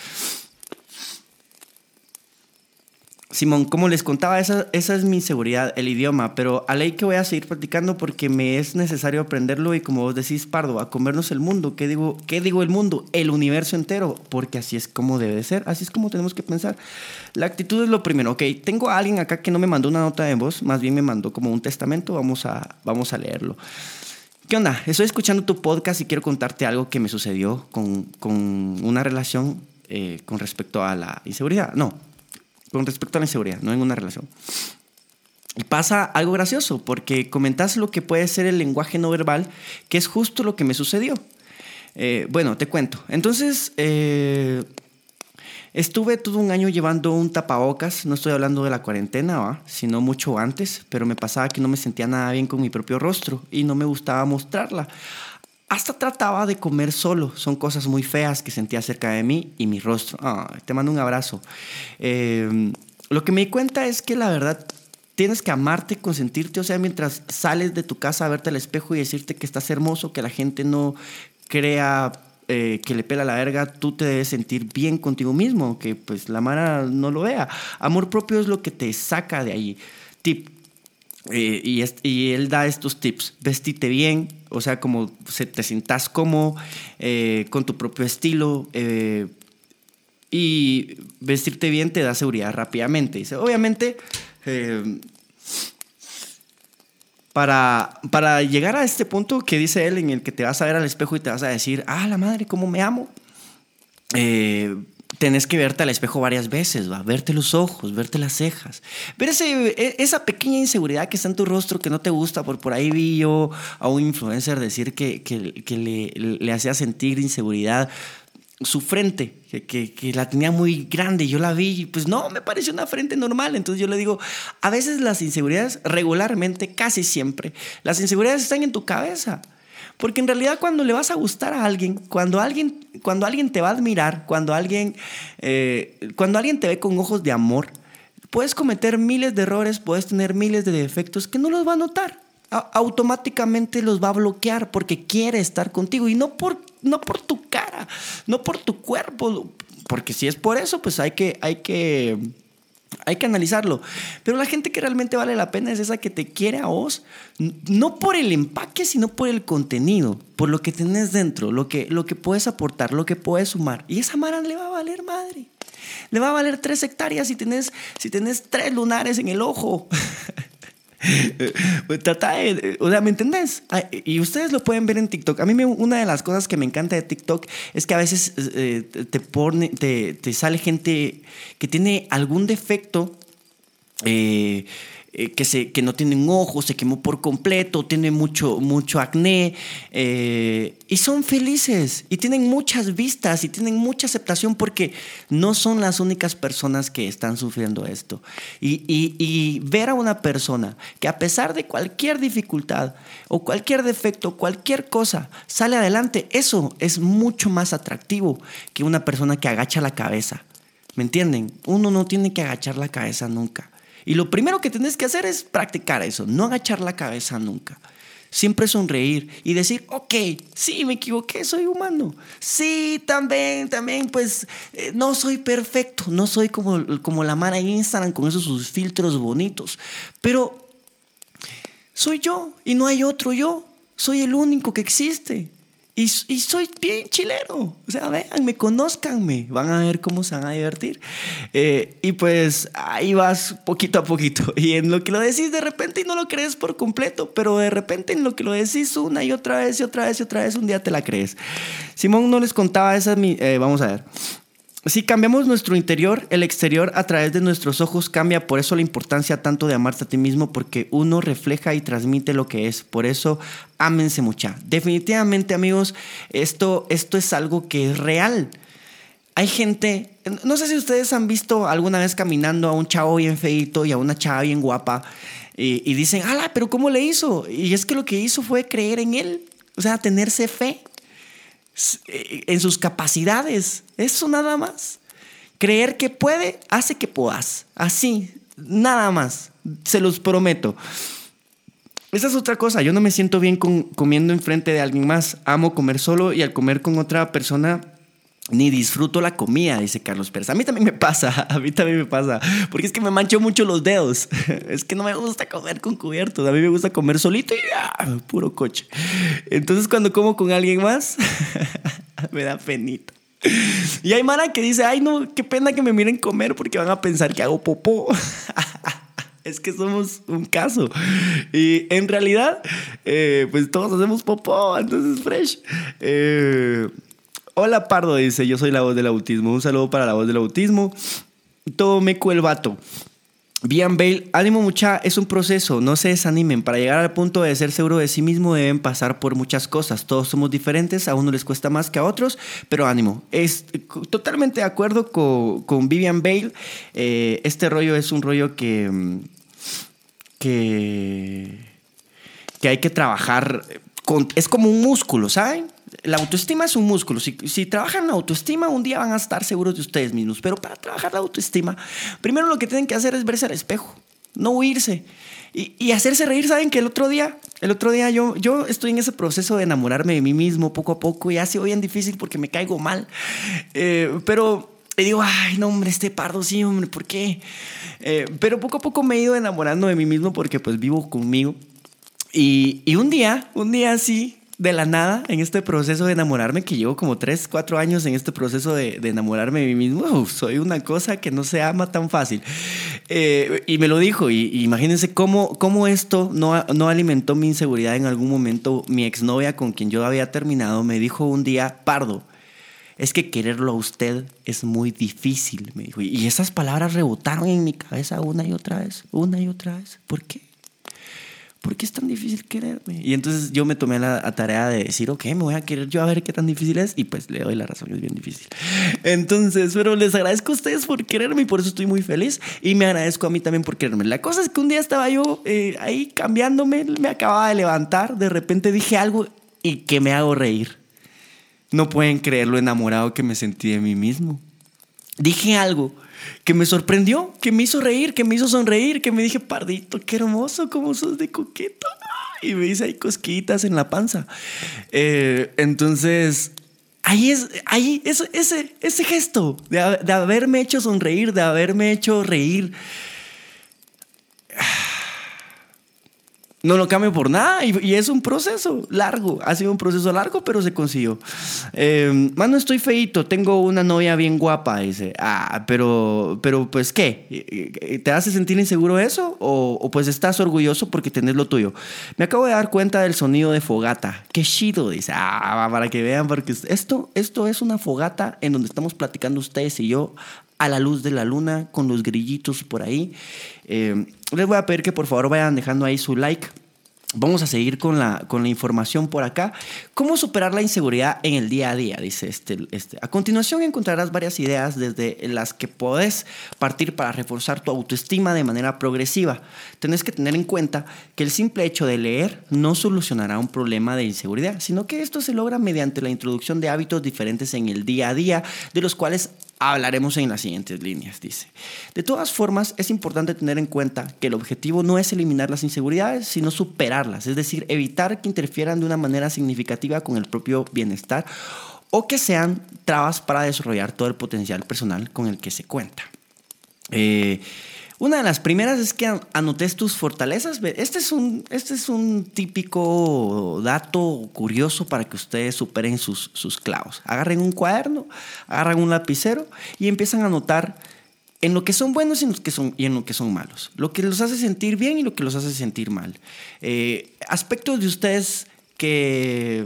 Simón, como les contaba, esa, esa es mi inseguridad, el idioma, pero a ley que voy a seguir practicando porque me es necesario aprenderlo y como vos decís, Pardo, a comernos el mundo. ¿Qué digo, qué digo el mundo? El universo entero, porque así es como debe ser, así es como tenemos que pensar. La actitud es lo primero. Ok, tengo a alguien acá que no me mandó una nota de voz, más bien me mandó como un testamento, vamos a, vamos a leerlo. ¿Qué onda? Estoy escuchando tu podcast y quiero contarte algo que me sucedió con, con una relación eh, con respecto a la inseguridad. No. Con respecto a la inseguridad, no en una relación. Y pasa algo gracioso, porque comentas lo que puede ser el lenguaje no verbal, que es justo lo que me sucedió. Eh, bueno, te cuento. Entonces, eh, estuve todo un año llevando un tapabocas. No estoy hablando de la cuarentena, ¿va? Sino mucho antes, pero me pasaba que no me sentía nada bien con mi propio rostro y no me gustaba mostrarla. Hasta trataba de comer solo. Son cosas muy feas que sentía cerca de mí y mi rostro. Oh, te mando un abrazo. Eh, lo que me di cuenta es que la verdad tienes que amarte, consentirte. O sea, mientras sales de tu casa a verte al espejo y decirte que estás hermoso, que la gente no crea eh, que le pela la verga, tú te debes sentir bien contigo mismo, que pues la mara no lo vea. Amor propio es lo que te saca de ahí. Tip. Eh, y, est- y él da estos tips: vestite bien, o sea, como se te sientas cómodo, eh, con tu propio estilo, eh, y vestirte bien te da seguridad rápidamente. Dice, obviamente, eh, para, para llegar a este punto que dice él, en el que te vas a ver al espejo y te vas a decir, ah, la madre, cómo me amo, eh, tenés que verte al espejo varias veces, ¿va? Verte los ojos, verte las cejas, ver ese, esa pequeña inseguridad que está en tu rostro que no te gusta. Por, por ahí vi yo a un influencer decir que, que, que le, le hacía sentir inseguridad su frente, que, que, que la tenía muy grande. Yo la vi y pues no, me pareció una frente normal. Entonces yo le digo, a veces las inseguridades, regularmente, casi siempre, las inseguridades están en tu cabeza. Porque en realidad cuando le vas a gustar a alguien, cuando alguien, cuando alguien te va a admirar, cuando alguien, eh, cuando alguien te ve con ojos de amor, puedes cometer miles de errores, puedes tener miles de defectos que no los va a notar. a- automáticamente los va a bloquear porque quiere estar contigo y no por, no por tu cara, no por tu cuerpo, porque si es por eso, pues hay que, hay que, hay que analizarlo. Pero la gente que realmente vale la pena es esa que te quiere a vos, no por el empaque, sino por el contenido, por lo que tenés dentro, lo que, lo que puedes aportar, lo que puedes sumar. Y esa mara le va a valer madre. Le va a valer tres hectáreas si tenés, si tenés tres lunares en el ojo. Trata de, o sea, ¿me entendés? Y ustedes lo pueden ver en TikTok. A mí me, una de las cosas que me encanta de TikTok es que a veces eh, te, pone, te, te sale gente que tiene algún defecto, eh, eh, que, se, que no tiene un ojo, se quemó por completo, tiene mucho, mucho acné, eh, y son felices y tienen muchas vistas y tienen mucha aceptación porque no son las únicas personas que están sufriendo esto. Y, y, y ver a una persona que a pesar de cualquier dificultad o cualquier defecto, cualquier cosa, sale adelante, eso es mucho más atractivo que una persona que agacha la cabeza. ¿Me entienden? Uno no tiene que agachar la cabeza nunca. Y lo primero que tienes que hacer es practicar eso, no agachar la cabeza nunca. Siempre sonreír y decir, ok, sí, me equivoqué, soy humano. Sí, también, también, pues, eh, no soy perfecto, no soy como, como la mara en Instagram con esos sus filtros bonitos. Pero soy yo y no hay otro yo. Soy el único que existe. Y, y soy bien chileno. O sea, véanme, conózcanme. Van a ver cómo se van a divertir. Eh, y pues ahí vas poquito a poquito. Y en lo que lo decís de repente y no lo crees por completo, pero de repente en lo que lo decís una y otra vez y otra vez y otra vez, un día te la crees. Simón no les contaba esa. Eh, vamos a ver. Si cambiamos nuestro interior, el exterior a través de nuestros ojos cambia. Por eso la importancia tanto de amarte a ti mismo, porque uno refleja y transmite lo que es. Por eso, ámense mucha. Definitivamente, amigos, esto, esto es algo que es real. Hay gente, no sé si ustedes han visto alguna vez caminando a un chavo bien feito y a una chava bien guapa y, y dicen, ala, pero ¿cómo le hizo? Y es que lo que hizo fue creer en él, o sea, tenerse fe en sus capacidades. Eso nada más. Creer que puede hace que puedas. Así, nada más. Se los prometo. Esa es otra cosa. Yo no me siento bien con, comiendo enfrente de alguien más. Amo comer solo y al comer con otra persona ni disfruto la comida, dice Carlos Pérez. A mí también me pasa, a mí también me pasa, porque es que me mancho mucho los dedos. Es que no me gusta comer con cubiertos, a mí me gusta comer solito y ah, puro coche. Entonces cuando como con alguien más, me da penita. Y hay mara que dice, ay no, qué pena que me miren comer porque van a pensar que hago popó. Es que somos un caso. Y en realidad, eh, pues todos hacemos popó, entonces fresh. Eh... Hola Pardo, dice, yo soy la voz del autismo. Un saludo para la voz del autismo. Todo meco el vato. Bian Bale, ánimo mucha, es un proceso, no se desanimen. Para llegar al punto de ser seguro de sí mismo deben pasar por muchas cosas. Todos somos diferentes, a uno les cuesta más que a otros, pero ánimo. Es totalmente de acuerdo con, con Vivian Bale. Eh, este rollo es un rollo que, que, que hay que trabajar. Con, es como un músculo, ¿saben? La autoestima es un músculo. Si, si trabajan la autoestima, un día van a estar seguros de ustedes mismos. Pero para trabajar la autoestima, primero lo que tienen que hacer es verse al espejo, no huirse y, y hacerse reír. Saben que el otro día, el otro día yo, yo estoy en ese proceso de enamorarme de mí mismo poco a poco y ha sido bien difícil porque me caigo mal. Eh, pero y digo, ay, no, hombre, este Pardo, sí, hombre, ¿por qué? Eh, pero poco a poco me he ido enamorando de mí mismo porque pues vivo conmigo. Y, y un día, un día así, de la nada, en este proceso de enamorarme, que llevo como tres, cuatro años en este proceso de, de enamorarme de mí mismo, uf, soy una cosa que no se ama tan fácil. Eh, y me lo dijo, y, y imagínense cómo, cómo esto no, no alimentó mi inseguridad en algún momento. Mi exnovia, con quien yo había terminado, me dijo un día, Pardo, es que quererlo a usted es muy difícil, me dijo. Y esas palabras rebotaron en mi cabeza una y otra vez, una y otra vez. ¿Por qué? ¿Por qué es tan difícil quererme? Y entonces yo me tomé la tarea de decir, ok, me voy a querer yo a ver qué tan difícil es. Y pues le doy la razón, es bien difícil. Entonces, pero les agradezco a ustedes por quererme y por eso estoy muy feliz. Y me agradezco a mí también por quererme. La cosa es que un día estaba yo eh, ahí cambiándome, me acababa de levantar, de repente dije algo y que me hago reír. No pueden creer lo enamorado que me sentí de mí mismo. Dije algo que me sorprendió, que me hizo reír, que me hizo sonreír, que me dije, Pardito, qué hermoso, cómo sos de coqueto. y me hice ahí cosquillitas en la panza. Eh, entonces, ahí es, ahí, ese, ese, ese gesto de, de haberme hecho sonreír, de haberme hecho reír, no lo cambio por nada y, y es un proceso largo. Ha sido un proceso largo, pero se consiguió. Eh, mano, estoy feíto, tengo una novia bien guapa, dice. Ah, pero, pero pues, ¿qué? ¿Te hace sentir inseguro eso? ¿O, o pues estás orgulloso porque tenés lo tuyo? Me acabo de dar cuenta del sonido de fogata. Qué chido, dice. Ah, para que vean, porque esto, esto es una fogata en donde estamos platicando ustedes y yo a la luz de la luna, con los grillitos por ahí. Eh, les voy a pedir que por favor vayan dejando ahí su like. Vamos a seguir con la, con la información por acá. ¿Cómo superar la inseguridad en el día a día? Dice este, este. A continuación encontrarás varias ideas desde las que podés partir para reforzar tu autoestima de manera progresiva. Tenés que tener en cuenta que el simple hecho de leer no solucionará un problema de inseguridad, sino que esto se logra mediante la introducción de hábitos diferentes en el día a día, de los cuales hablaremos en las siguientes líneas, dice. De todas formas, es importante tener en cuenta que el objetivo no es eliminar las inseguridades, sino superarlas, es decir, evitar que interfieran de una manera significativa con el propio bienestar o que sean trabas para desarrollar todo el potencial personal con el que se cuenta. Eh, Una de las primeras es que anotes tus fortalezas. Este es un, este es un típico dato curioso para que ustedes superen sus, sus clavos. Agarren un cuaderno, agarran un lapicero y empiezan a anotar en lo que son buenos y en lo que son, y en lo que son malos. Lo que los hace sentir bien y lo que los hace sentir mal. Eh, aspectos de ustedes que...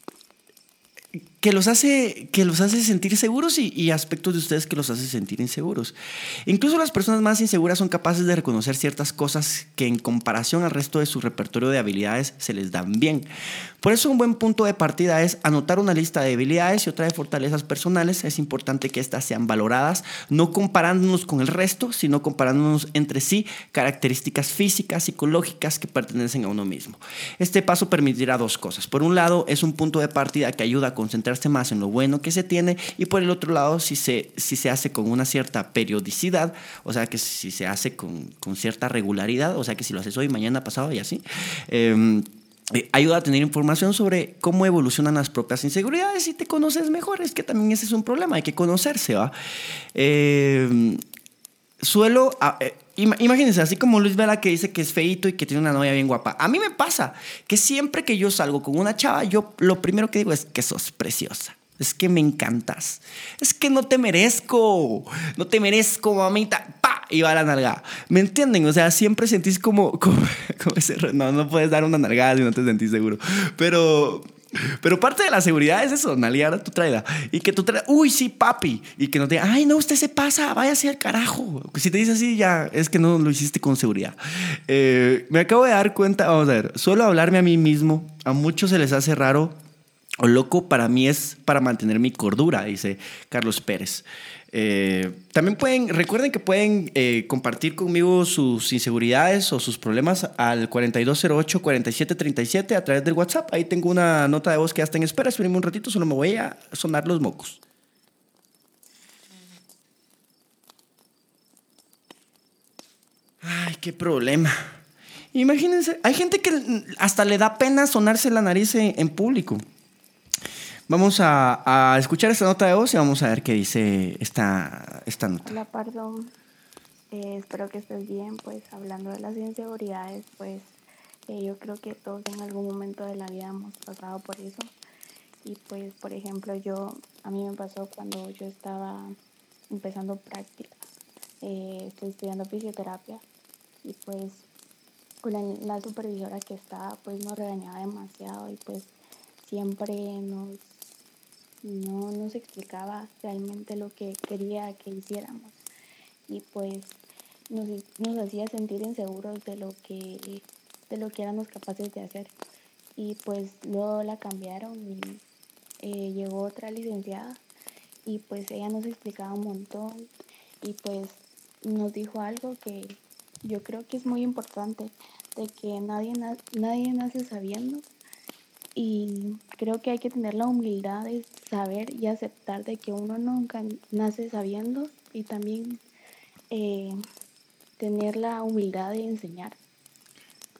que los hace, que los hace sentir seguros y, y aspectos de ustedes que los hace sentir inseguros. Incluso las personas más inseguras son capaces de reconocer ciertas cosas que en comparación al resto de su repertorio de habilidades se les dan bien. Por eso un buen punto de partida es anotar una lista de habilidades y otra de fortalezas personales. Es importante que estas sean valoradas, no comparándonos con el resto, sino comparándonos entre sí características físicas, psicológicas que pertenecen a uno mismo. Este paso permitirá dos cosas. Por un lado, es un punto de partida que ayuda a concentrarse más en lo bueno que se tiene, y por el otro lado, si se, si se hace con una cierta periodicidad, o sea que si se hace con, con cierta regularidad, o sea que si lo haces hoy, mañana, pasado y así, eh, eh, ayuda a tener información sobre cómo evolucionan las propias inseguridades y te conoces mejor. Es que también ese es un problema, hay que conocerse, ¿va? Eh, suelo... Eh, Imagínense, así como Luis Vela, que dice que es feíto y que tiene una novia bien guapa. A mí me pasa que siempre que yo salgo con una chava, yo lo primero que digo es que sos preciosa. Es que me encantas. Es que no te merezco. No te merezco, mamita. ¡Pa! Y va la nalgada. ¿Me entienden? O sea, siempre sentís como... como, como ese, no, no puedes dar una nalgada si no te sentís seguro. Pero... Pero parte de la seguridad es eso, nalguear a tu traida. Y que tú traigas, uy, sí, papi. Y que no te diga, ay, no, usted se pasa, váyase al carajo. Si te dice así, ya es que no lo hiciste con seguridad. Eh, me acabo de dar cuenta, vamos a ver, suelo hablarme a mí mismo. A muchos se les hace raro o loco, para mí es para mantener mi cordura, dice Carlos Pérez. Eh, también pueden, recuerden que pueden eh, compartir conmigo sus inseguridades o sus problemas al cuarenta y dos cero ocho, cuarenta y siete treinta y siete a través del WhatsApp. Ahí tengo una nota de voz que ya está en espera. Espérenme un ratito, solo me voy a sonar los mocos. Ay, qué problema. Imagínense, hay gente que hasta le da pena sonarse la nariz en, en público. Vamos a, a escuchar esta nota de voz y vamos a ver qué dice esta, esta nota. Hola, Pardo. Eh, espero que estés bien. Pues hablando de las inseguridades, pues eh, yo creo que todos en algún momento de la vida hemos pasado por eso. Y pues, por ejemplo, yo, a mí me pasó cuando yo estaba empezando prácticas. Eh, estoy estudiando fisioterapia y pues la, la supervisora que estaba pues nos regañaba demasiado y pues siempre nos no nos explicaba realmente lo que quería que hiciéramos y pues nos, nos hacía sentir inseguros de lo que de lo que éramos capaces de hacer. Y pues luego la cambiaron y eh, llegó otra licenciada y pues ella nos explicaba un montón y pues nos dijo algo que yo creo que es muy importante, de que nadie, na- nadie nace sabiendo. Y creo que hay que tener la humildad de saber y aceptar de que uno nunca nace sabiendo y también eh, tener la humildad de enseñar.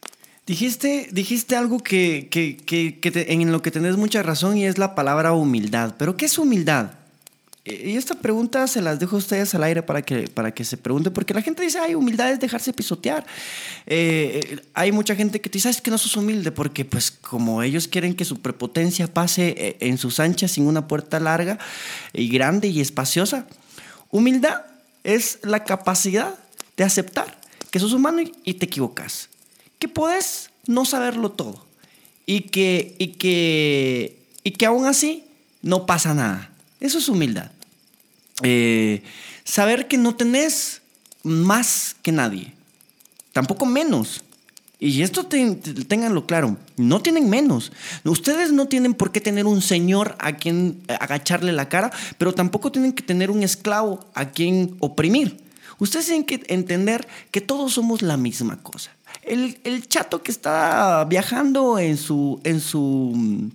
Dijiste, dijiste algo que, que, que, que te, en lo que tenés mucha razón y es la palabra humildad. ¿Pero qué es humildad? Y esta pregunta se las dejo a ustedes al aire para que, para que se pregunten, porque la gente dice, ay, humildad es dejarse pisotear. Eh, hay mucha gente que te dice, ¿sabes que no sos humilde? Porque pues como ellos quieren que su prepotencia pase en sus anchas sin una puerta larga y grande y espaciosa. Humildad es la capacidad de aceptar que sos humano y, y te equivocas. Que podés no saberlo todo y que, y, que, y que aún así no pasa nada. Eso es humildad. Eh, saber que no tenés más que nadie, tampoco menos. Y esto te, te, ténganlo claro, no tienen menos. Ustedes no tienen por qué tener un señor a quien agacharle la cara, pero tampoco tienen que tener un esclavo a quien oprimir. Ustedes tienen que entender que todos somos la misma cosa. El, el chato que está viajando en su, en su,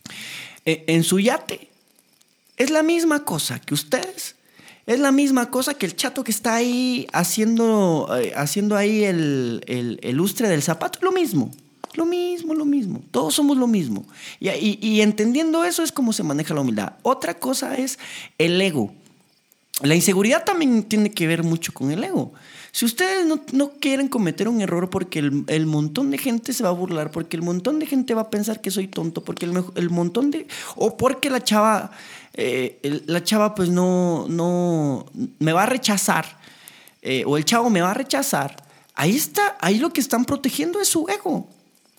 en su yate es la misma cosa que ustedes. Es la misma cosa que el chato que está ahí haciendo, eh, haciendo ahí el, el, el lustre del zapato. Lo mismo, lo mismo, lo mismo. Todos somos lo mismo. Y, y, y entendiendo eso es como se maneja la humildad. Otra cosa es el ego. La inseguridad también tiene que ver mucho con el ego. Si ustedes no, no quieren cometer un error porque el, el montón de gente se va a burlar, porque el montón de gente va a pensar que soy tonto, porque el, el montón de... o porque la chava, eh, el, la chava pues no, no me va a rechazar, eh, o el chavo me va a rechazar, ahí está, ahí lo que están protegiendo es su ego.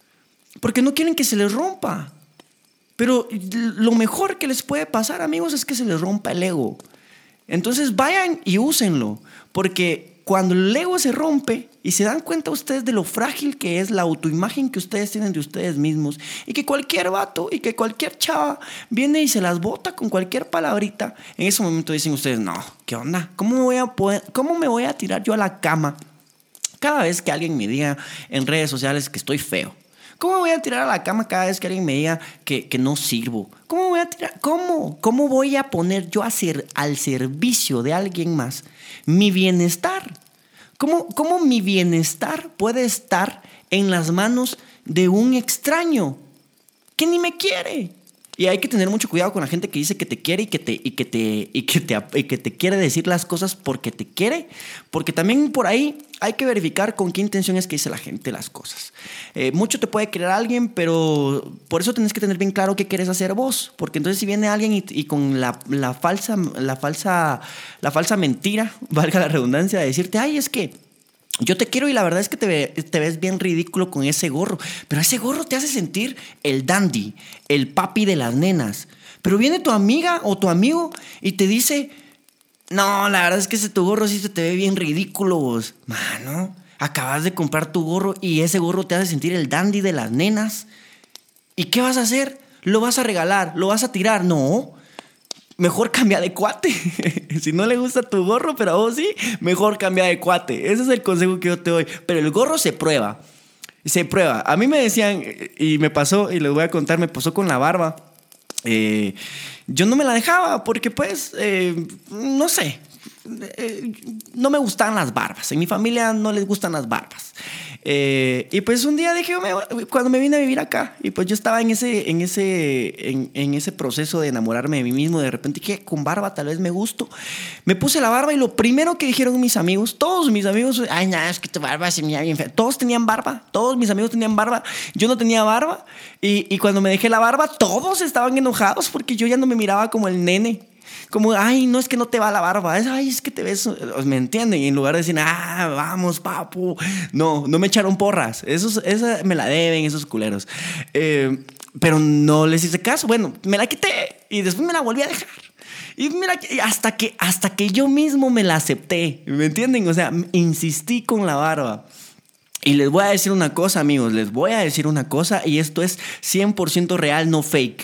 Porque no quieren que se les rompa. Pero lo mejor que les puede pasar, amigos, es que se les rompa el ego. Entonces vayan y úsenlo, porque cuando el ego se rompe y se dan cuenta ustedes de lo frágil que es la autoimagen que ustedes tienen de ustedes mismos y que cualquier vato y que cualquier chava viene y se las bota con cualquier palabrita, en ese momento dicen ustedes, no, ¿qué onda? ¿Cómo me voy a poder, cómo me voy a tirar yo a la cama cada vez que alguien me diga en redes sociales que estoy feo? ¿Cómo me voy a tirar a la cama cada vez que alguien me diga que, que no sirvo? ¿Cómo voy a tirar? ¿Cómo? ¿Cómo voy a poner yo a ser, al servicio de alguien más mi bienestar? ¿Cómo, ¿Cómo mi bienestar puede estar en las manos de un extraño que ni me quiere? Y hay que tener mucho cuidado con la gente que dice que te quiere y que te, y que te, y que te, y que te quiere decir las cosas porque te quiere. Porque también por ahí hay que verificar con qué intención es que dice la gente las cosas. Eh, mucho te puede querer alguien, pero por eso tenés que tener bien claro qué quieres hacer vos. Porque entonces si viene alguien y, y con la, la, falsa, la, falsa, la falsa mentira, valga la redundancia, de decirte, ay, es que yo te quiero y la verdad es que te, ve, te ves bien ridículo con ese gorro. Pero ese gorro te hace sentir el dandy, el papi de las nenas. Pero viene tu amiga o tu amigo y te dice, no, la verdad es que ese tu gorro sí se te ve bien ridículo vos. Mano, acabas de comprar tu gorro y ese gorro te hace sentir el dandy de las nenas. ¿Y qué vas a hacer? ¿Lo vas a regalar? ¿Lo vas a tirar? No. Mejor cambia de cuate. Si no le gusta tu gorro, pero a vos sí, mejor cambia de cuate. Ese es el consejo que yo te doy. Pero el gorro se prueba. Se prueba. A mí me decían, y me pasó, y les voy a contar, me pasó con la barba. Eh, yo no me la dejaba porque pues, eh, no sé, eh, no me gustaban las barbas. En mi familia no les gustan las barbas. Eh, y pues un día dije, cuando me vine a vivir acá, y pues yo estaba en ese, en ese, en, en ese proceso de enamorarme de mí mismo, de repente dije, con barba tal vez me gusto. Me puse la barba y lo primero que dijeron mis amigos, todos mis amigos, ay, nada, es que tu barba se me iba bien fea. Todos tenían barba, todos mis amigos tenían barba, yo no tenía barba. Y, y cuando me dejé la barba, todos estaban enojados porque yo ya no me miraba como el nene. Como, ay, no es que no te va la barba, es, ay, es que te ves, ¿me entienden? Y en lugar de decir, ah, vamos, papu, no, no me echaron porras, esos, esa me la deben esos culeros. Eh, pero no les hice caso, bueno, me la quité y después me la volví a dejar. Y mira, hasta que, hasta que yo mismo me la acepté, ¿me entienden? O sea, insistí con la barba. Y les voy a decir una cosa, amigos, les voy a decir una cosa, y esto es cien por ciento real, no fake.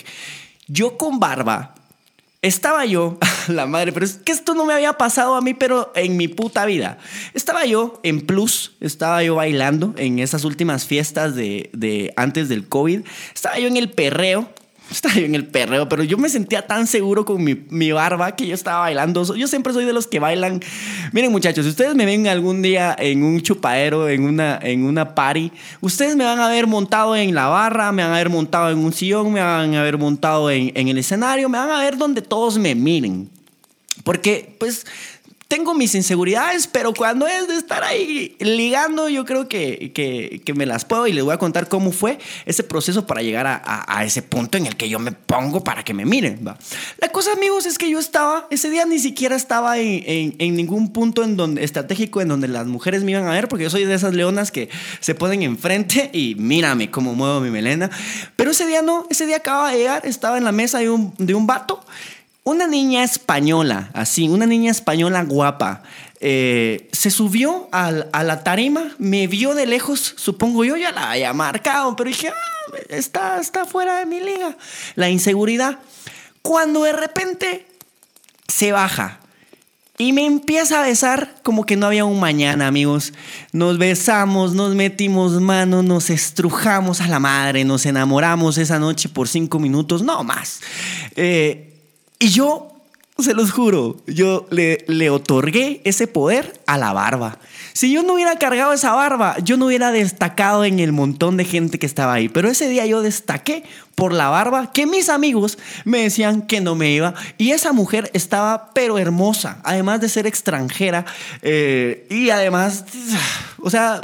Yo con barba... Estaba yo, la madre, pero es que esto no me había pasado a mí, pero en mi puta vida. Estaba yo en Plus, estaba yo bailando en esas últimas fiestas de, de antes del COVID. Estaba yo en el perreo, estaba yo en el perreo, pero yo me sentía tan seguro con mi, mi barba que yo estaba bailando. Yo siempre soy de los que bailan. Miren, muchachos, si ustedes me ven algún día en un chupadero, en una, en una party, ustedes me van a ver montado en la barra, me van a ver montado en un sillón, me van a ver montado en, en el escenario, me van a ver donde todos me miren. Porque, pues, tengo mis inseguridades, pero cuando es de estar ahí ligando, yo creo que, que, que me las puedo, y les voy a contar cómo fue ese proceso para llegar a, a, a ese punto en el que yo me pongo para que me miren, ¿va? La cosa, amigos, es que yo estaba, ese día ni siquiera estaba en, en, en ningún punto en donde, estratégico en donde las mujeres me iban a ver, porque yo soy de esas leonas que se ponen enfrente y mírame cómo muevo mi melena. Pero ese día no, ese día acababa de llegar, estaba en la mesa de un, de un vato. Una niña española, así, una niña española guapa, eh, se subió al, a la tarima, me vio de lejos, supongo yo ya la había marcado, pero dije, ah, está, está fuera de mi liga. La inseguridad. Cuando de repente se baja y me empieza a besar como que no había un mañana, amigos. Nos besamos, nos metimos manos, nos estrujamos a la madre, nos enamoramos esa noche por cinco minutos, no más. Eh... Y yo, se los juro, yo le, le otorgué ese poder a la barba. Si yo no hubiera cargado esa barba, yo no hubiera destacado en el montón de gente que estaba ahí. Pero ese día yo destaqué por la barba, que mis amigos me decían que no me iba. Y esa mujer estaba pero hermosa, además de ser extranjera. Eh, y además, o sea...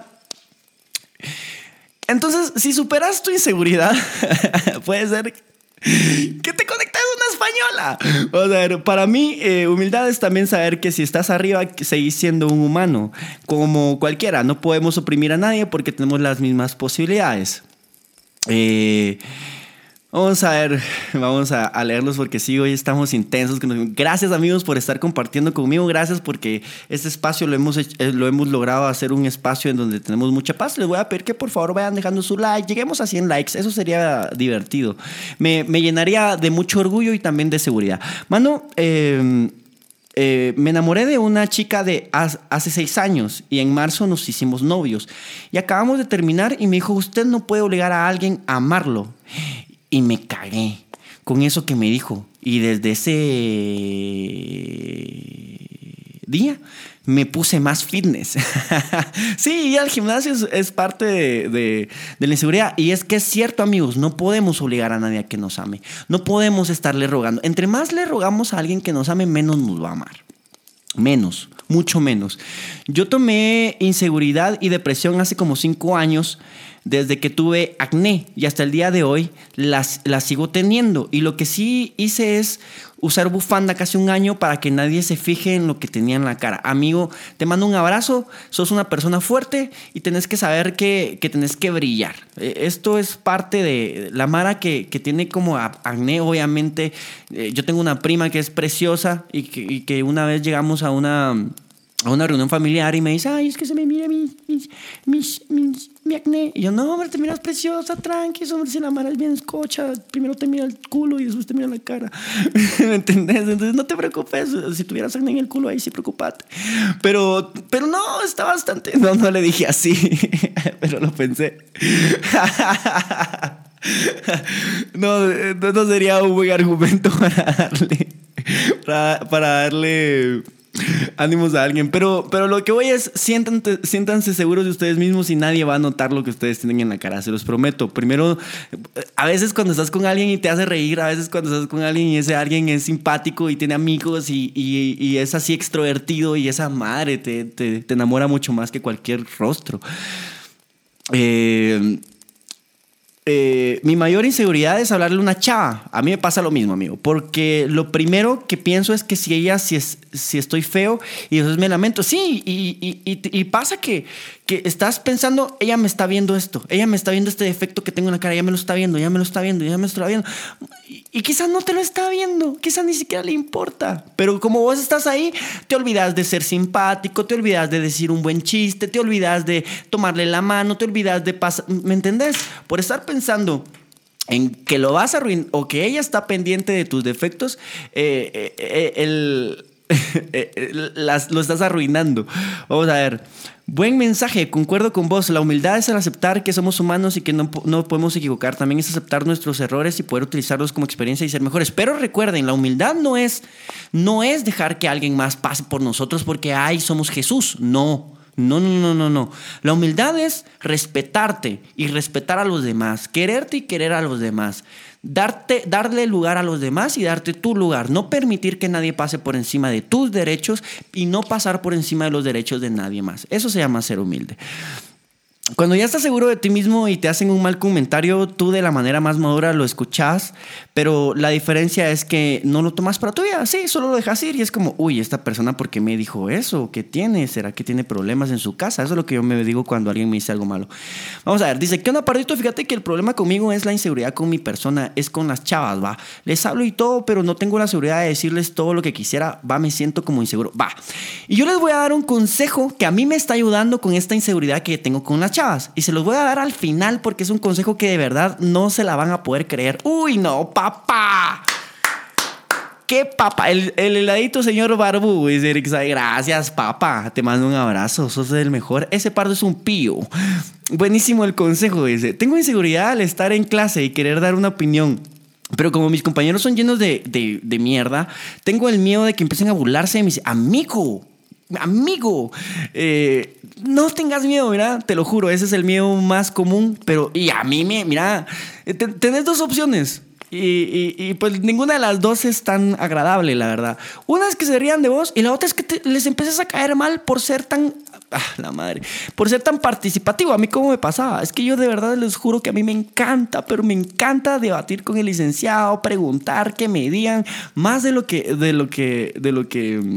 Entonces, si superas tu inseguridad, puede ser... que te conectas a una española. O sea, para mí, eh, humildad es también saber que si estás arriba, seguís siendo un humano, como cualquiera. No podemos oprimir a nadie porque tenemos las mismas posibilidades. Eh, vamos a ver, vamos a, a leerlos porque sí, hoy estamos intensos. Gracias, amigos, por estar compartiendo conmigo. Gracias porque este espacio lo hemos, hecho, lo hemos logrado hacer un espacio en donde tenemos mucha paz. Les voy a pedir que por favor vayan dejando su like. Lleguemos a cien likes, eso sería divertido. Me, me llenaría de mucho orgullo y también de seguridad. Mano, eh, eh, me enamoré de una chica de hace seis años y en marzo nos hicimos novios. Y acabamos de terminar y me dijo, usted no puede obligar a alguien a amarlo. Y me cagué con eso que me dijo. Y desde ese día me puse más fitness. Sí, ir al gimnasio es, es parte de, de, de la inseguridad. Y es que es cierto, amigos, no podemos obligar a nadie a que nos ame. No podemos estarle rogando. Entre más le rogamos a alguien que nos ame, menos nos va a amar. Menos, mucho menos. Yo tomé inseguridad y depresión hace como cinco años, desde que tuve acné, y hasta el día de hoy las, las sigo teniendo. Y lo que sí hice es usar bufanda casi un año para que nadie se fije en lo que tenía en la cara. Amigo, te mando un abrazo, sos una persona fuerte y tenés que saber que, que tenés que brillar. Esto es parte de la mara que, que tiene como acné, obviamente. Yo tengo una prima que es preciosa y que, y que una vez llegamos a una... a una reunión familiar y me dice, ay, es que se me mira mi, mi, mi, mi, mi acné. Y yo, no, hombre, te miras preciosa, tranqui, hombre, si la mara es bien escocha, primero te mira el culo y después te mira la cara. ¿Me entendés? Entonces no te preocupes, si tuvieras acné en el culo ahí sí preocupate. Pero, pero no, está bastante... No, no le dije así, pero lo pensé. No, no sería un buen argumento para darle... Para, para darle... ánimos a alguien, pero, pero lo que voy es siéntanse, siéntanse seguros de ustedes mismos y nadie va a notar lo que ustedes tienen en la cara, se los prometo. Primero, a veces cuando estás con alguien y te hace reír, a veces cuando estás con alguien y ese alguien es simpático y tiene amigos y, y, y es así extrovertido y esa madre te, te, te enamora mucho más que cualquier rostro. Eh... Eh, mi mayor inseguridad es hablarle a una chava. A mí me pasa lo mismo, amigo, porque lo primero que pienso es que si ella, si, es, si estoy feo, y entonces me lamento. Sí, y, y, y, y pasa que, que estás pensando, ella me está viendo esto, ella me está viendo este defecto que tengo en la cara, ella me lo está viendo, ella me lo está viendo, ella me lo está viendo. Y, y quizás no te lo está viendo, quizás ni siquiera le importa. Pero como vos estás ahí, te olvidas de ser simpático, te olvidas de decir un buen chiste, te olvidas de tomarle la mano, te olvidas de pasar, ¿me entendés? Por estar pensando en que lo vas a arruinar o que ella está pendiente de tus defectos, eh, eh, el, eh, las, lo estás arruinando. Vamos a ver. Buen mensaje, concuerdo con vos. La humildad es el aceptar que somos humanos y que no, no podemos equivocar. También es aceptar nuestros errores y poder utilizarlos como experiencia y ser mejores. Pero recuerden, la humildad no es, no es dejar que alguien más pase por nosotros porque, ay, somos Jesús. No, no, no, no, no, no. La humildad es respetarte y respetar a los demás. Quererte y querer a los demás. Darte, darle lugar a los demás y darte tu lugar. No permitir que nadie pase por encima de tus derechos y no pasar por encima de los derechos de nadie más. Eso se llama ser humilde. Cuando ya estás seguro de ti mismo y te hacen un mal comentario, tú de la manera más madura lo escuchas, pero la diferencia es que no lo tomas para tu vida. Sí, solo lo dejas ir y es como, uy, esta persona, ¿por qué me dijo eso? ¿Qué tiene? ¿Será que tiene problemas en su casa? Eso es lo que yo me digo cuando alguien me dice algo malo. Vamos a ver, dice, ¿qué onda, Pardito? Fíjate que el problema conmigo es la inseguridad con mi persona, es con las chavas, va. Les hablo y todo, pero no tengo la seguridad de decirles todo lo que quisiera, va, me siento como inseguro, va. Y yo les voy a dar un consejo que a mí me está ayudando con esta inseguridad que tengo con las chavas. Y se los voy a dar al final porque es un consejo que de verdad no se la van a poder creer. ¡Uy, no, papá! ¿Qué papá? El, el heladito señor Barbu, dice Eric. Gracias, papá. Te mando un abrazo. Sos el mejor. Ese Pardo es un pío. Buenísimo el consejo, dice. Tengo inseguridad al estar en clase y querer dar una opinión. Pero como mis compañeros son llenos de, de, de mierda, tengo el miedo de que empiecen a burlarse de mis... Amigo, amigo, eh, no tengas miedo, mira, te lo juro, ese es el miedo más común, pero y a mí me, mira, te, tenés dos opciones y, y, y pues ninguna de las dos es tan agradable, la verdad. Una es que se rían de vos y la otra es que te, les empieces a caer mal por ser tan, ah, la madre, por ser tan participativo. A mí cómo me pasaba, es que yo de verdad les juro que a mí me encanta, pero me encanta debatir con el licenciado, preguntar, que me digan más de lo que, de lo que, de lo que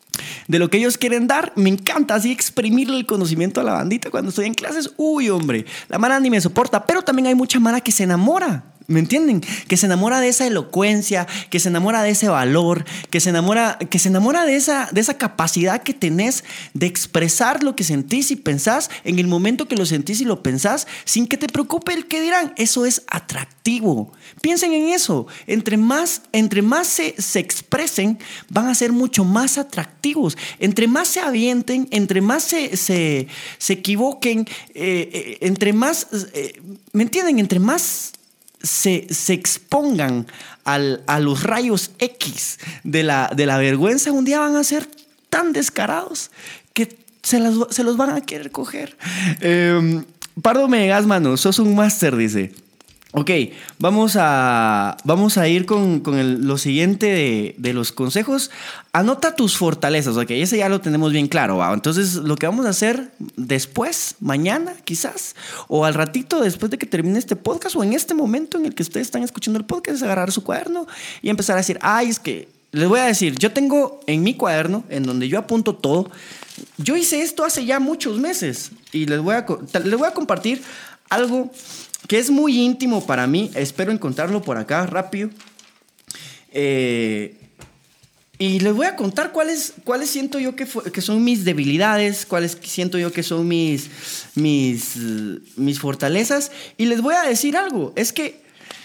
de lo que ellos quieren dar. Me encanta así exprimirle el conocimiento a la bandita cuando estoy en clases. Uy, hombre, la mara ni me soporta. Pero también hay mucha mara que se enamora, ¿me entienden? Que se enamora de esa elocuencia, que se enamora de ese valor, que se enamora, que se enamora de esa, de esa capacidad que tenés de expresar lo que sentís y pensás en el momento que lo sentís y lo pensás sin que te preocupe el que dirán. Eso es atractivo. Piensen en eso. Entre más, entre más se, se expresen, van a ser mucho más atractivos. Entre más se avienten, entre más se, se, se equivoquen, eh, eh, entre más, eh, ¿me entienden? Entre más Se, se expongan al, a los rayos X de la, de la vergüenza, un día van a ser tan descarados que se, las, se los van a querer coger. Eh, Pardo Menegas, mano, sos un máster, dice. Ok, vamos a, vamos a ir con, con el, lo siguiente de, de los consejos. Anota tus fortalezas, ok, ese ya lo tenemos bien claro, ¿va? Entonces lo que vamos a hacer después, mañana quizás, o al ratito después de que termine este podcast, o en este momento en el que ustedes están escuchando el podcast, es agarrar su cuaderno y empezar a decir, ay, es que, les voy a decir, yo tengo en mi cuaderno, en donde yo apunto todo, yo hice esto hace ya muchos meses y les voy a, les voy a compartir algo que es muy íntimo para mí. Espero encontrarlo por acá rápido. Eh, y les voy a contar cuáles, cuáles siento yo que, fue, que son mis debilidades, cuáles siento yo que son mis, mis, mis fortalezas. Y les voy a decir algo. Es que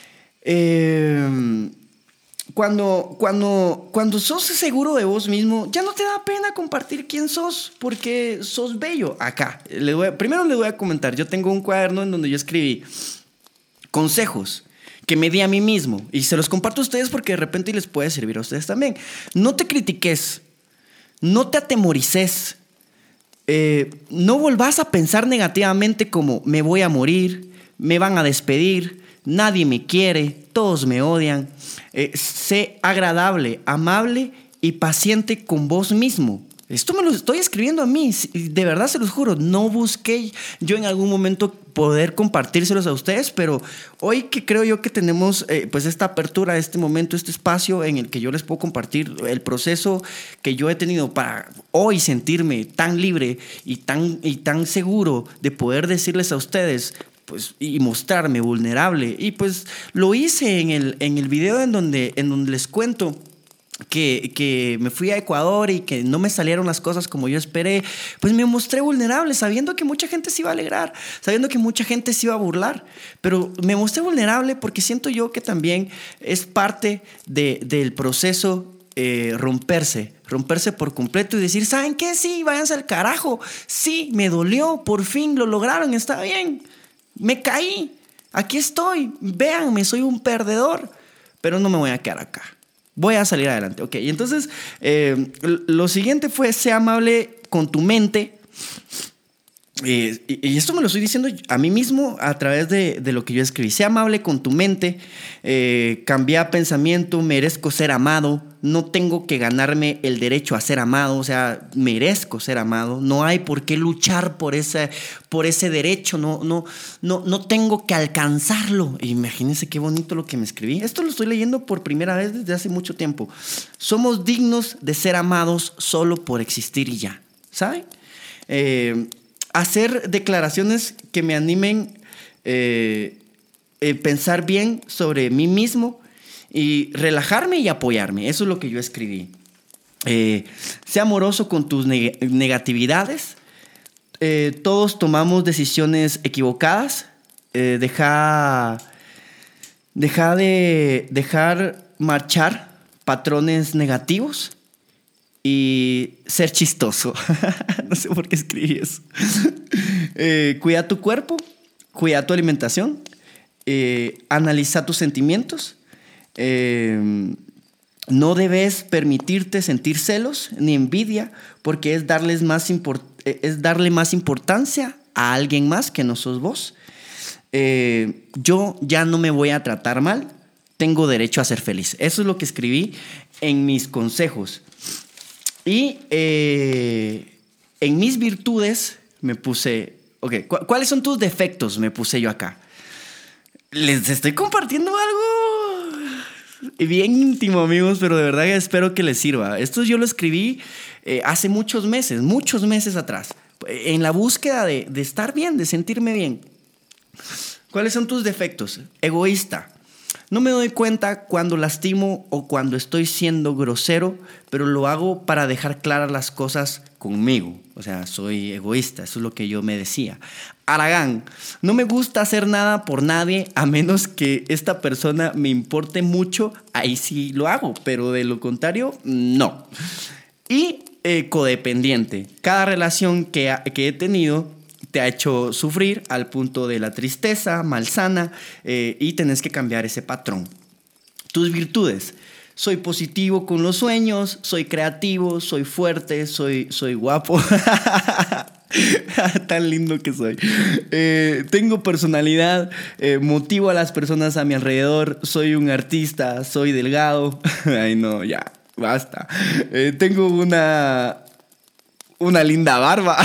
eh, cuando, cuando, cuando sos seguro de vos mismo, ya no te da pena compartir quién sos, porque sos bello. Acá, les voy a, primero les voy a comentar. Yo tengo un cuaderno en donde yo escribí consejos que me di a mí mismo y se los comparto a ustedes porque de repente les puede servir a ustedes también. No te critiques, no te atemorices, eh, no volvás a pensar negativamente como me voy a morir, me van a despedir, nadie me quiere, todos me odian. Eh, sé agradable, amable y paciente con vos mismo. Esto me lo estoy escribiendo a mí, de verdad se los juro. No busqué yo en algún momento poder compartírselos a ustedes, pero hoy que creo yo que tenemos eh, pues esta apertura, este momento, este espacio en el que yo les puedo compartir el proceso que yo he tenido para hoy sentirme tan libre y tan, y tan seguro de poder decirles a ustedes pues, y mostrarme vulnerable. Y pues lo hice en el, en el video en donde, en donde les cuento Que, que me fui a Ecuador y que no me salieron las cosas como yo esperé. Pues me mostré vulnerable, sabiendo que mucha gente se iba a alegrar, sabiendo que mucha gente se iba a burlar, pero me mostré vulnerable porque siento yo que también es parte de, del proceso eh, romperse, romperse por completo y decir, ¿saben qué? Sí, váyanse al carajo. Sí, me dolió, por fin lo lograron, está bien. Me caí, aquí estoy, véanme, soy un perdedor, pero no me voy a quedar acá. Voy a salir adelante. Ok, y entonces eh, lo siguiente fue, sea amable con tu mente. Eh, y, y esto me lo estoy diciendo a mí mismo a través de, de lo que yo escribí. Sea amable con tu mente, eh, cambia pensamiento, merezco ser amado, no tengo que ganarme el derecho a ser amado, o sea, merezco ser amado, no hay por qué luchar por ese, por ese derecho, no, no, no, no tengo que alcanzarlo. Imagínense qué bonito lo que me escribí. Esto lo estoy leyendo por primera vez desde hace mucho tiempo. Somos dignos de ser amados solo por existir y ya, ¿saben? Eh... Hacer declaraciones que me animen eh, eh, pensar bien sobre mí mismo y relajarme y apoyarme. Eso es lo que yo escribí. Eh, sea amoroso con tus neg- negatividades. Eh, todos tomamos decisiones equivocadas. Eh, deja, deja de dejar marchar patrones negativos. Y ser chistoso. No sé por qué escribí eso. eh, cuida tu cuerpo, cuida tu alimentación, eh, analiza tus sentimientos. Eh, no debes permitirte sentir celos ni envidia porque es, darles más import- es darle más importancia a alguien más que no sos vos. Eh, yo ya no me voy a tratar mal, tengo derecho a ser feliz. Eso es lo que escribí en mis consejos. Y eh, en mis virtudes me puse... Ok, ¿cu- ¿cuáles son tus defectos? Me puse yo acá. Les estoy compartiendo algo bien íntimo, amigos, pero de verdad espero que les sirva. Esto yo lo escribí eh, hace muchos meses, muchos meses atrás, en la búsqueda de, de estar bien, de sentirme bien. ¿Cuáles son tus defectos? Egoísta. No me doy cuenta cuando lastimo o cuando estoy siendo grosero, pero lo hago para dejar claras las cosas conmigo. O sea, soy egoísta, eso es lo que yo me decía. Aragán, no me gusta hacer nada por nadie a menos que esta persona me importe mucho, ahí sí lo hago, pero de lo contrario, no. Y eh, codependiente, cada relación que, ha, que he tenido te ha hecho sufrir al punto de la tristeza malsana eh, y tenés que cambiar ese patrón. Tus virtudes. Soy positivo con los sueños, soy creativo, soy fuerte, soy, soy guapo. Tan lindo que soy. Eh, tengo personalidad, eh, motivo a las personas a mi alrededor, soy un artista, soy delgado. Ay, no, ya, basta. Eh, tengo una, una linda barba.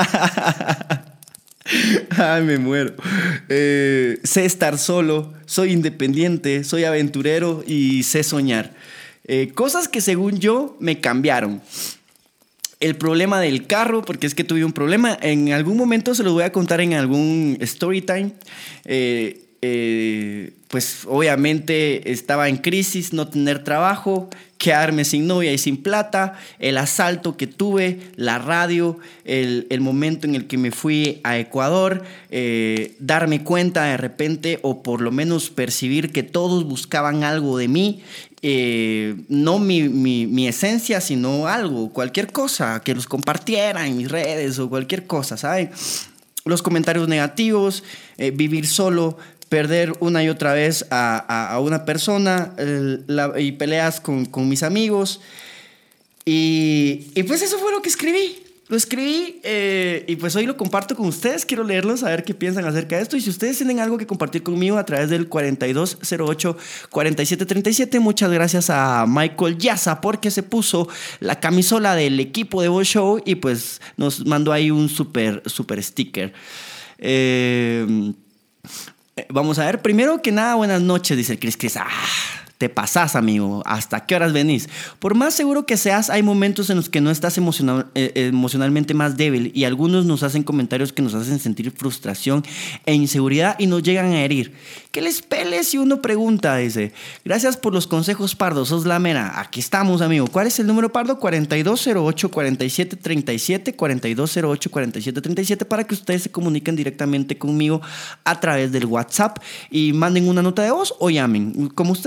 Ay, me muero. Eh, sé estar solo, soy independiente, soy aventurero y sé soñar. Eh, cosas que según yo me cambiaron. El problema del carro, porque es que tuve un problema. En algún momento se los voy a contar en algún story time. Eh, eh, pues obviamente estaba en crisis, no tener trabajo, quedarme sin novia y sin plata, el asalto que tuve, la radio, el, el momento en el que me fui a Ecuador, eh, darme cuenta de repente o por lo menos percibir que todos buscaban algo de mí, eh, no mi, mi, mi esencia, sino algo, cualquier cosa, que los compartiera en mis redes o cualquier cosa, ¿saben? Los comentarios negativos, eh, vivir solo, perder una y otra vez a, a, a una persona el, la, y peleas con, con mis amigos. Y, y pues eso fue lo que escribí. Lo escribí eh, y pues hoy lo comparto con ustedes. Quiero leerlos, a ver qué piensan acerca de esto. Y si ustedes tienen algo que compartir conmigo a través del cuarenta y dos cero ocho, cuarenta y siete treinta y siete, muchas gracias a Michael Yaza porque se puso la camisola del equipo de Voz Show y pues nos mandó ahí un super, super sticker. Eh... Vamos a ver, primero que nada, buenas noches, dice el Cris Cris. Ah, te pasás, amigo. ¿Hasta qué horas venís? Por más seguro que seas, hay momentos en los que no estás emocional, eh, emocionalmente más débil y algunos nos hacen comentarios que nos hacen sentir frustración e inseguridad y nos llegan a herir. ¿Qué les pele si uno pregunta? Dice, gracias por los consejos, Pardo, sos la mera. Aquí estamos, amigo. ¿Cuál es el número, Pardo? cuarenta y dos cero ocho, cuarenta y siete treinta y siete, cuarenta y dos cero ocho, cuarenta y siete treinta y siete para que ustedes se comuniquen directamente conmigo a través del WhatsApp y manden una nota de voz o llamen, como ustedes prefieran.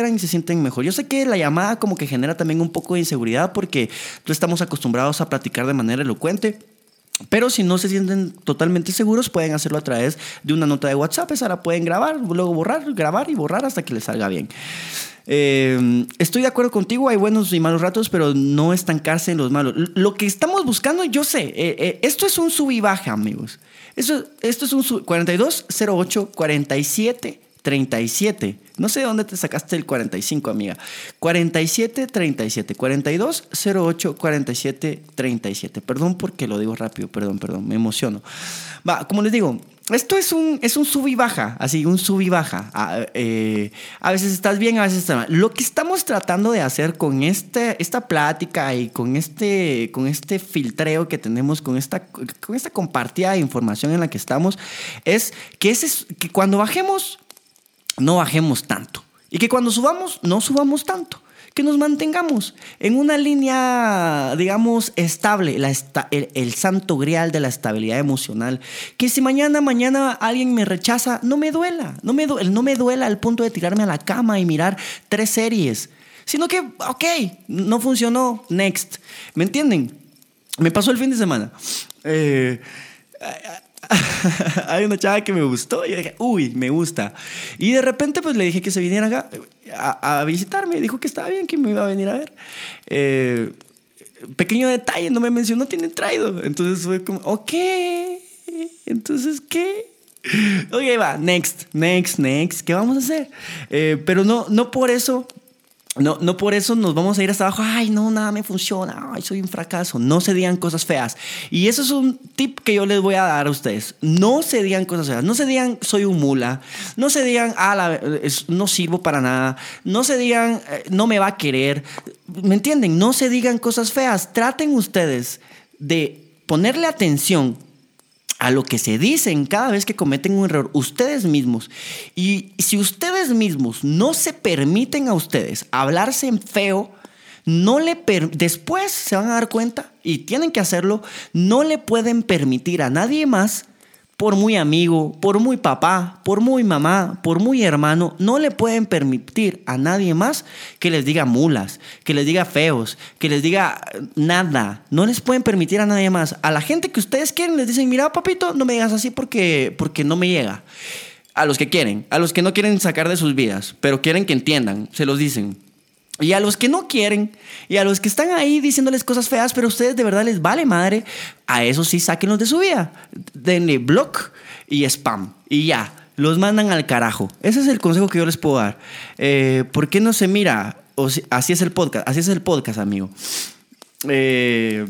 recuperan y se sienten mejor. Yo sé que la llamada como que genera también un poco de inseguridad porque no estamos acostumbrados a platicar de manera elocuente. Pero si no se sienten totalmente seguros, pueden hacerlo a través de una nota de WhatsApp. Esa la pueden grabar, luego borrar, grabar y borrar hasta que les salga bien. Eh, estoy de acuerdo contigo, hay buenos y malos ratos, pero no estancarse en los malos. Lo que estamos buscando, yo sé, eh, eh, esto es un sub y baja, amigos. Esto, esto es un sub, cuarenta y dos, cero ocho, cuarenta y siete, treinta y siete. No sé de dónde te sacaste el cuarenta y cinco, amiga. cuarenta y siete, treinta y siete. cuarenta y dos, cero ocho, cuarenta y siete, treinta y siete. Perdón porque lo digo rápido, perdón, perdón, me emociono. Va, como les digo, esto es un, es un sub y baja, así, un sub y baja. A, eh, a veces estás bien, a veces estás mal. Lo que estamos tratando de hacer con este, esta plática y con este, con este filtreo que tenemos, con esta, con esta compartida de información en la que estamos, es que, ese, que cuando bajemos, no bajemos tanto. Y que cuando subamos, no subamos tanto. Que nos mantengamos en una línea, digamos, estable, la esta, el, el santo grial de la estabilidad emocional. Que si mañana, mañana alguien me rechaza, no me duela. No me, duela, no me duela al punto de tirarme a la cama y mirar tres series. Sino que, ok, no funcionó, next. ¿Me entienden? Me pasó el fin de semana. Eh... Hay una chava que me gustó y yo dije, uy, me gusta. Y de repente pues le dije que se viniera acá a, a visitarme. Dijo que estaba bien, que me iba a venir a ver. Eh, pequeño detalle, no me mencionó, tiene traído. Entonces fue como, ok, entonces ¿qué? Ok, va, next, next, next, ¿qué vamos a hacer? Eh, pero no, no por eso... No, no por eso nos vamos a ir hasta abajo. Ay, no, nada me funciona. Ay, soy un fracaso. No se digan cosas feas. Y eso es un tip que yo les voy a dar a ustedes. No se digan cosas feas. No se digan, soy un mula. No se digan, ah, la, es, no sirvo para nada. No se digan, eh, no me va a querer. ¿Me entienden? No se digan cosas feas. Traten ustedes de ponerle atención a lo que se dicen cada vez que cometen un error ustedes mismos. Y si ustedes mismos no se permiten a ustedes hablarse en feo, no le per- después se van a dar cuenta, y tienen que hacerlo, no le pueden permitir a nadie más, por muy amigo, por muy papá, por muy mamá, por muy hermano, no le pueden permitir a nadie más que les diga mulas, que les diga feos, que les diga nada. No les pueden permitir a nadie más. A la gente que ustedes quieren les dicen, mira, papito, no me digas así porque, porque no me llega. A los que quieren, a los que no quieren sacar de sus vidas, pero quieren que entiendan, se los dicen. Y a los que no quieren, y a los que están ahí diciéndoles cosas feas, pero a ustedes de verdad les vale madre, a esos sí sáquenlos de su vida. Denle block y spam. Y ya, los mandan al carajo. Ese es el consejo que yo les puedo dar. Eh, ¿Por qué no se mira? O si, así es el podcast, así es el podcast, amigo. Eh,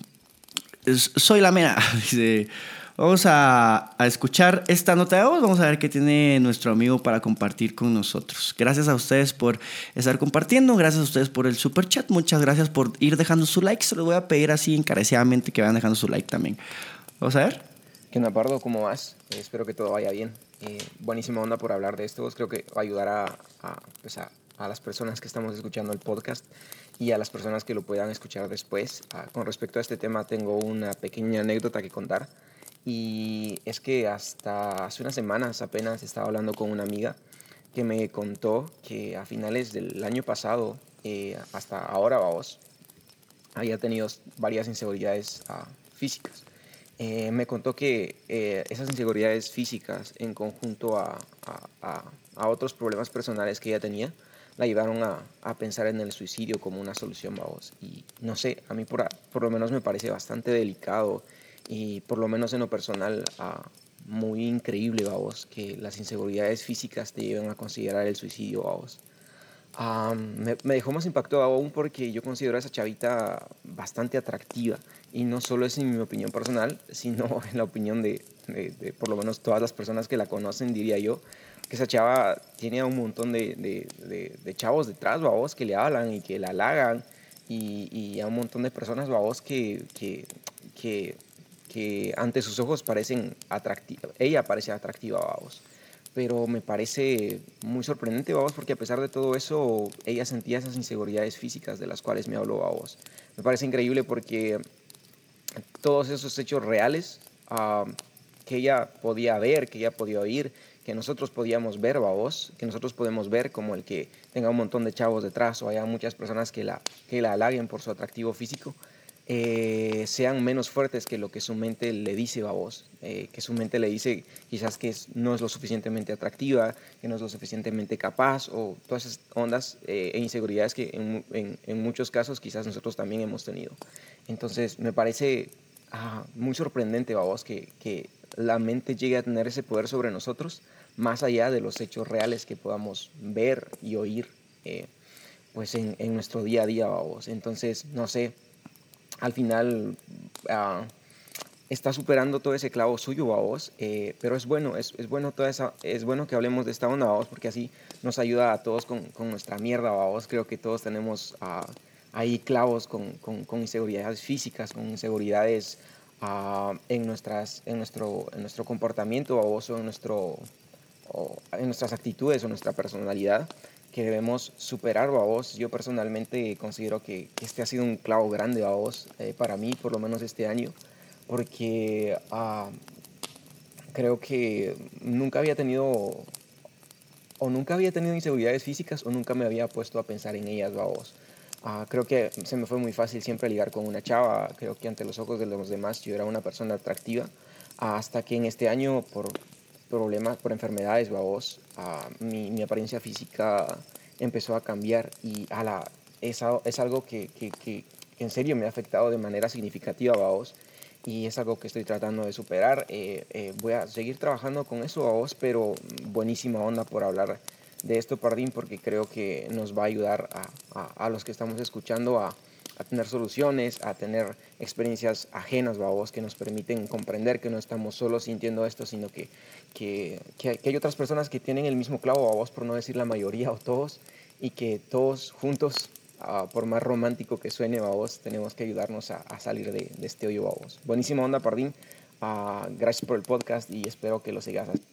soy la mera. Dice... Vamos a, a escuchar esta nota de voz. Vamos a ver qué tiene nuestro amigo para compartir con nosotros. Gracias a ustedes por estar compartiendo. Gracias a ustedes por el super chat. Muchas gracias por ir dejando su like. Se los voy a pedir así encarecidamente que vayan dejando su like también. Vamos a ver. ¿Qué onda, Pardo? ¿Cómo vas? Eh, espero que todo vaya bien. Eh, buenísima onda por hablar de esto. Creo que va a ayudar a, a, pues a, a las personas que estamos escuchando el podcast y a las personas que lo puedan escuchar después. Uh, con respecto a este tema, tengo una pequeña anécdota que contar. Y es que hasta hace unas semanas apenas estaba hablando con una amiga que me contó que a finales del año pasado, eh, hasta ahora, vamos, había tenido varias inseguridades uh, físicas. Eh, me contó que eh, esas inseguridades físicas en conjunto a, a, a, a otros problemas personales que ella tenía la llevaron a, a pensar en el suicidio como una solución, vamos. Y no sé, a mí por, por lo menos me parece bastante delicado y por lo menos en lo personal uh, muy increíble, vamos, que las inseguridades físicas te lleven a considerar el suicidio, vamos. Um, me, me dejó más impactado aún porque yo considero a esa chavita bastante atractiva, y no solo es en mi opinión personal, sino en la opinión de, de, de por lo menos todas las personas que la conocen, diría yo, que esa chava tiene un montón de, de, de, de chavos detrás, vamos, que le hablan y que la halagan, y, y a un montón de personas, vamos, que, que, que que ante sus ojos parecen atractivas, ella parece atractiva, vamos, pero me parece muy sorprendente, vamos, porque a pesar de todo eso, ella sentía esas inseguridades físicas de las cuales me habló, vamos. Me parece increíble porque todos esos hechos reales uh, que ella podía ver, que ella podía oír, que nosotros podíamos ver, babos, que nosotros podemos ver, como el que tenga un montón de chavos detrás o haya muchas personas que la, que la halaguen por su atractivo físico, eh, sean menos fuertes que lo que su mente le dice, babos, eh, que su mente le dice quizás que es, no es lo suficientemente atractiva, que no es lo suficientemente capaz, o todas esas ondas eh, e inseguridades que en, en, en muchos casos quizás nosotros también hemos tenido. Entonces me parece ah, muy sorprendente, babos, que, que la mente llegue a tener ese poder sobre nosotros, más allá de los hechos reales que podamos ver y oír eh, pues en, en nuestro día a día, babos. Entonces, no sé, al final uh, está superando todo ese clavo suyo, babos, eh, pero es bueno, es, es, bueno toda esa, es bueno que hablemos de esta onda, babos, porque así nos ayuda a todos con, con nuestra mierda, babos. Creo que todos tenemos uh, ahí clavos con, con, con inseguridades físicas, con inseguridades uh, en, nuestras, en, nuestro, en nuestro comportamiento, babos, o en nuestro... o en nuestras actitudes o nuestra personalidad, que debemos superar, babos. Yo personalmente considero que, que este ha sido un clavo grande, babos, eh, para mí, por lo menos este año, porque uh, creo que nunca había tenido o nunca había tenido inseguridades físicas o nunca me había puesto a pensar en ellas, babos. Uh, creo que se me fue muy fácil siempre ligar con una chava. Creo que ante los ojos de los demás yo era una persona atractiva, uh, hasta que en este año, por problemas, por enfermedades, babos, uh, mi, mi apariencia física empezó a cambiar y a la, es, es algo que, que, que en serio me ha afectado de manera significativa, babos, y es algo que estoy tratando de superar. Eh, eh, voy a seguir trabajando con eso, babos, pero buenísima onda por hablar de esto, Pardín, porque creo que nos va a ayudar a, a, a los que estamos escuchando a a tener soluciones, a tener experiencias ajenas, babos, que nos permiten comprender que no estamos solos sintiendo esto, sino que, que, que, que hay otras personas que tienen el mismo clavo, babos, por no decir la mayoría o todos, y que todos juntos, uh, por más romántico que suene, babos, tenemos que ayudarnos a, a salir de, de este hoyo, babos. Buenísima onda, Pardín. Uh, gracias por el podcast y espero que lo sigas haciendo.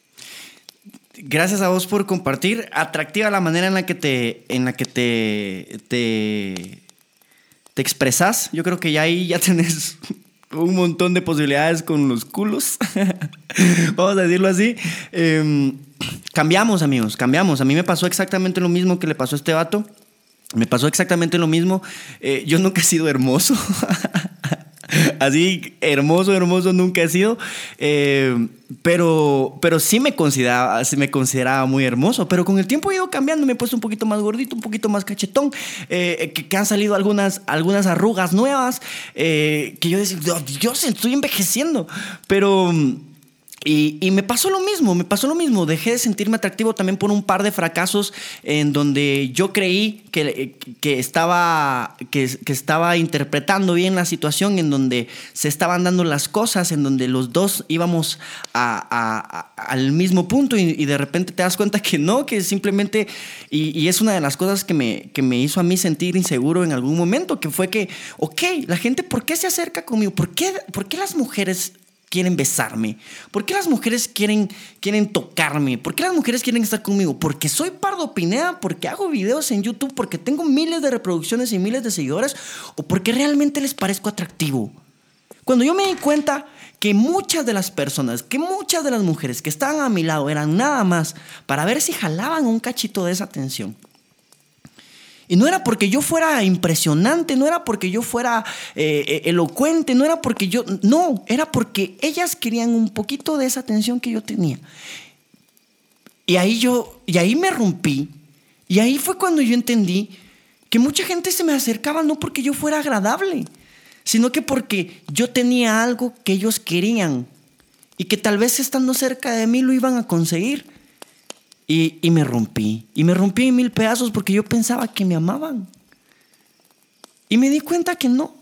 Gracias a vos por compartir. Atractiva la manera en la que te... En la que te, te te expresas. Yo creo que ya ahí ya tenés un montón de posibilidades con los culos. Vamos a decirlo así. Eh, cambiamos, amigos, cambiamos. A mí me pasó exactamente lo mismo que le pasó a este vato. Me pasó exactamente lo mismo. Eh, yo nunca he sido hermoso. Así, hermoso, hermoso nunca he sido. Eh, pero, pero sí me consideraba, sí me consideraba muy hermoso. Pero con el tiempo he ido cambiando. Me he puesto un poquito más gordito, un poquito más cachetón. Eh, que, que han salido algunas, algunas arrugas nuevas. Eh, que yo decía, Dios, estoy envejeciendo. Pero... Y, y me pasó lo mismo, me pasó lo mismo. Dejé de sentirme atractivo también por un par de fracasos en donde yo creí que, que, estaba, que, que estaba interpretando bien la situación, en donde se estaban dando las cosas, en donde los dos íbamos a, a, a, al mismo punto y, y de repente te das cuenta que no, que simplemente... Y, y es una de las cosas que me, que me hizo a mí sentir inseguro en algún momento, que fue que, ok, la gente, ¿por qué se acerca conmigo? ¿Por qué, por qué las mujeres... quieren besarme? ¿Por qué las mujeres quieren, quieren tocarme? ¿Por qué las mujeres quieren estar conmigo? ¿Porque soy Pardo Pineda? ¿Porque hago videos en YouTube? ¿Porque tengo miles de reproducciones y miles de seguidores? ¿O porque realmente les parezco atractivo? Cuando yo me di cuenta que muchas de las personas, que muchas de las mujeres que estaban a mi lado eran nada más para ver si jalaban un cachito de esa atención. Y no era porque yo fuera impresionante, no era porque yo fuera eh, elocuente, no era porque yo... No, era porque ellas querían un poquito de esa atención que yo tenía. Y ahí yo... Y ahí me rompí. Y ahí fue cuando yo entendí que mucha gente se me acercaba no porque yo fuera agradable, sino que porque yo tenía algo que ellos querían y que tal vez estando cerca de mí lo iban a conseguir. Y, y me rompí, y me rompí en mil pedazos porque yo pensaba que me amaban. Y me di cuenta que no.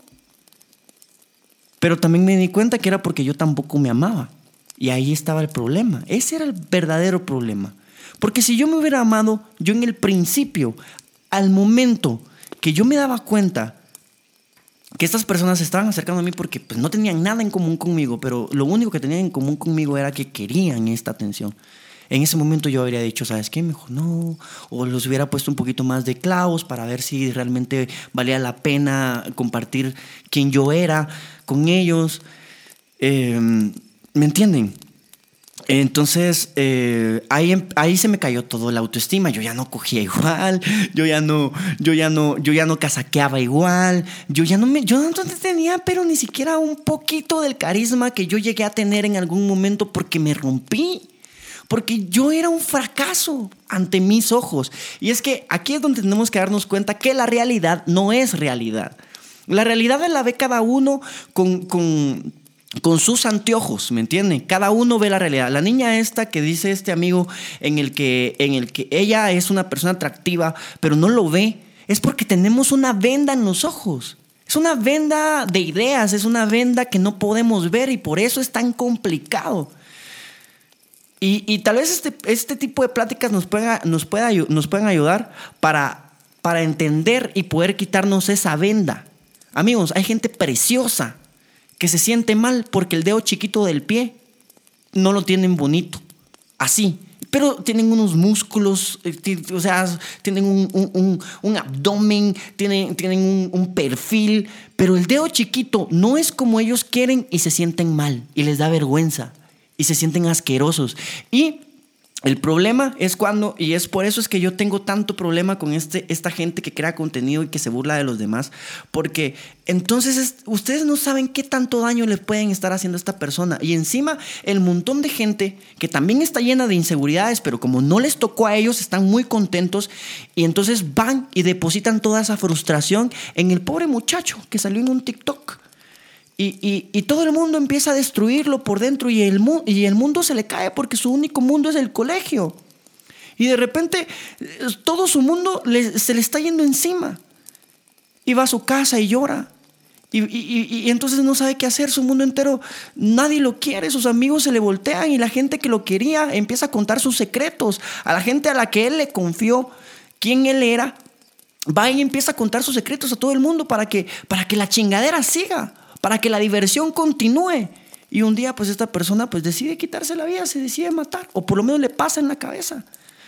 Pero también me di cuenta que era porque yo tampoco me amaba. Y ahí estaba el problema. Ese era el verdadero problema. Porque si yo me hubiera amado, yo en el principio, al momento que yo me daba cuenta que estas personas se estaban acercando a mí porque pues, no tenían nada en común conmigo, pero lo único que tenían en común conmigo era que querían esta atención. En ese momento yo habría dicho, ¿sabes qué? Mejor no. O los hubiera puesto un poquito más de clavos para ver si realmente valía la pena compartir quién yo era con ellos. Eh, ¿Me entienden? Entonces, eh, ahí, em- ahí se me cayó todo la autoestima. Yo ya no cogía igual, yo ya no, yo ya no, yo ya no casaqueaba igual, yo ya no me, yo no tenía, pero ni siquiera un poquito del carisma que yo llegué a tener en algún momento porque me rompí. Porque yo era un fracaso ante mis ojos. Y es que aquí es donde tenemos que darnos cuenta que la realidad no es realidad. La realidad la ve cada uno con, con, con sus anteojos, ¿me entienden? Cada uno ve la realidad. La niña esta que dice este amigo en el que, en el que ella es una persona atractiva, pero no lo ve, es porque tenemos una venda en los ojos. Es una venda de ideas, es una venda que no podemos ver y por eso es tan complicado. Y, y tal vez este, este tipo de pláticas nos puedan, nos pueda, nos puedan ayudar para, para entender y poder quitarnos esa venda. Amigos, hay gente preciosa que se siente mal porque el dedo chiquito del pie no lo tienen bonito, así. Pero tienen unos músculos, o sea, tienen un, un, un, un abdomen, tienen, tienen un, un perfil, pero el dedo chiquito no es como ellos quieren y se sienten mal y les da vergüenza. Y se sienten asquerosos. Y el problema es cuando, y es por eso es que yo tengo tanto problema con este, esta gente que crea contenido y que se burla de los demás, porque entonces es, ustedes no saben qué tanto daño le pueden estar haciendo a esta persona. Y encima el montón de gente que también está llena de inseguridades, pero como no les tocó a ellos, están muy contentos y entonces van y depositan toda esa frustración en el pobre muchacho que salió en un TikTok. Y, y, y todo el mundo empieza a destruirlo por dentro y el, mu- y el mundo se le cae porque su único mundo es el colegio. Y de repente todo su mundo le, se le está yendo encima. Y va a su casa y llora. Y, y, y, y entonces no sabe qué hacer. Su mundo entero, nadie lo quiere. Sus amigos se le voltean y la gente que lo quería empieza a contar sus secretos. A la gente a la que él le confió quién él era, va y empieza a contar sus secretos a todo el mundo para que, para que la chingadera siga, para que la diversión continúe. Y un día pues esta persona pues decide quitarse la vida, se decide matar, o por lo menos le pasa en la cabeza.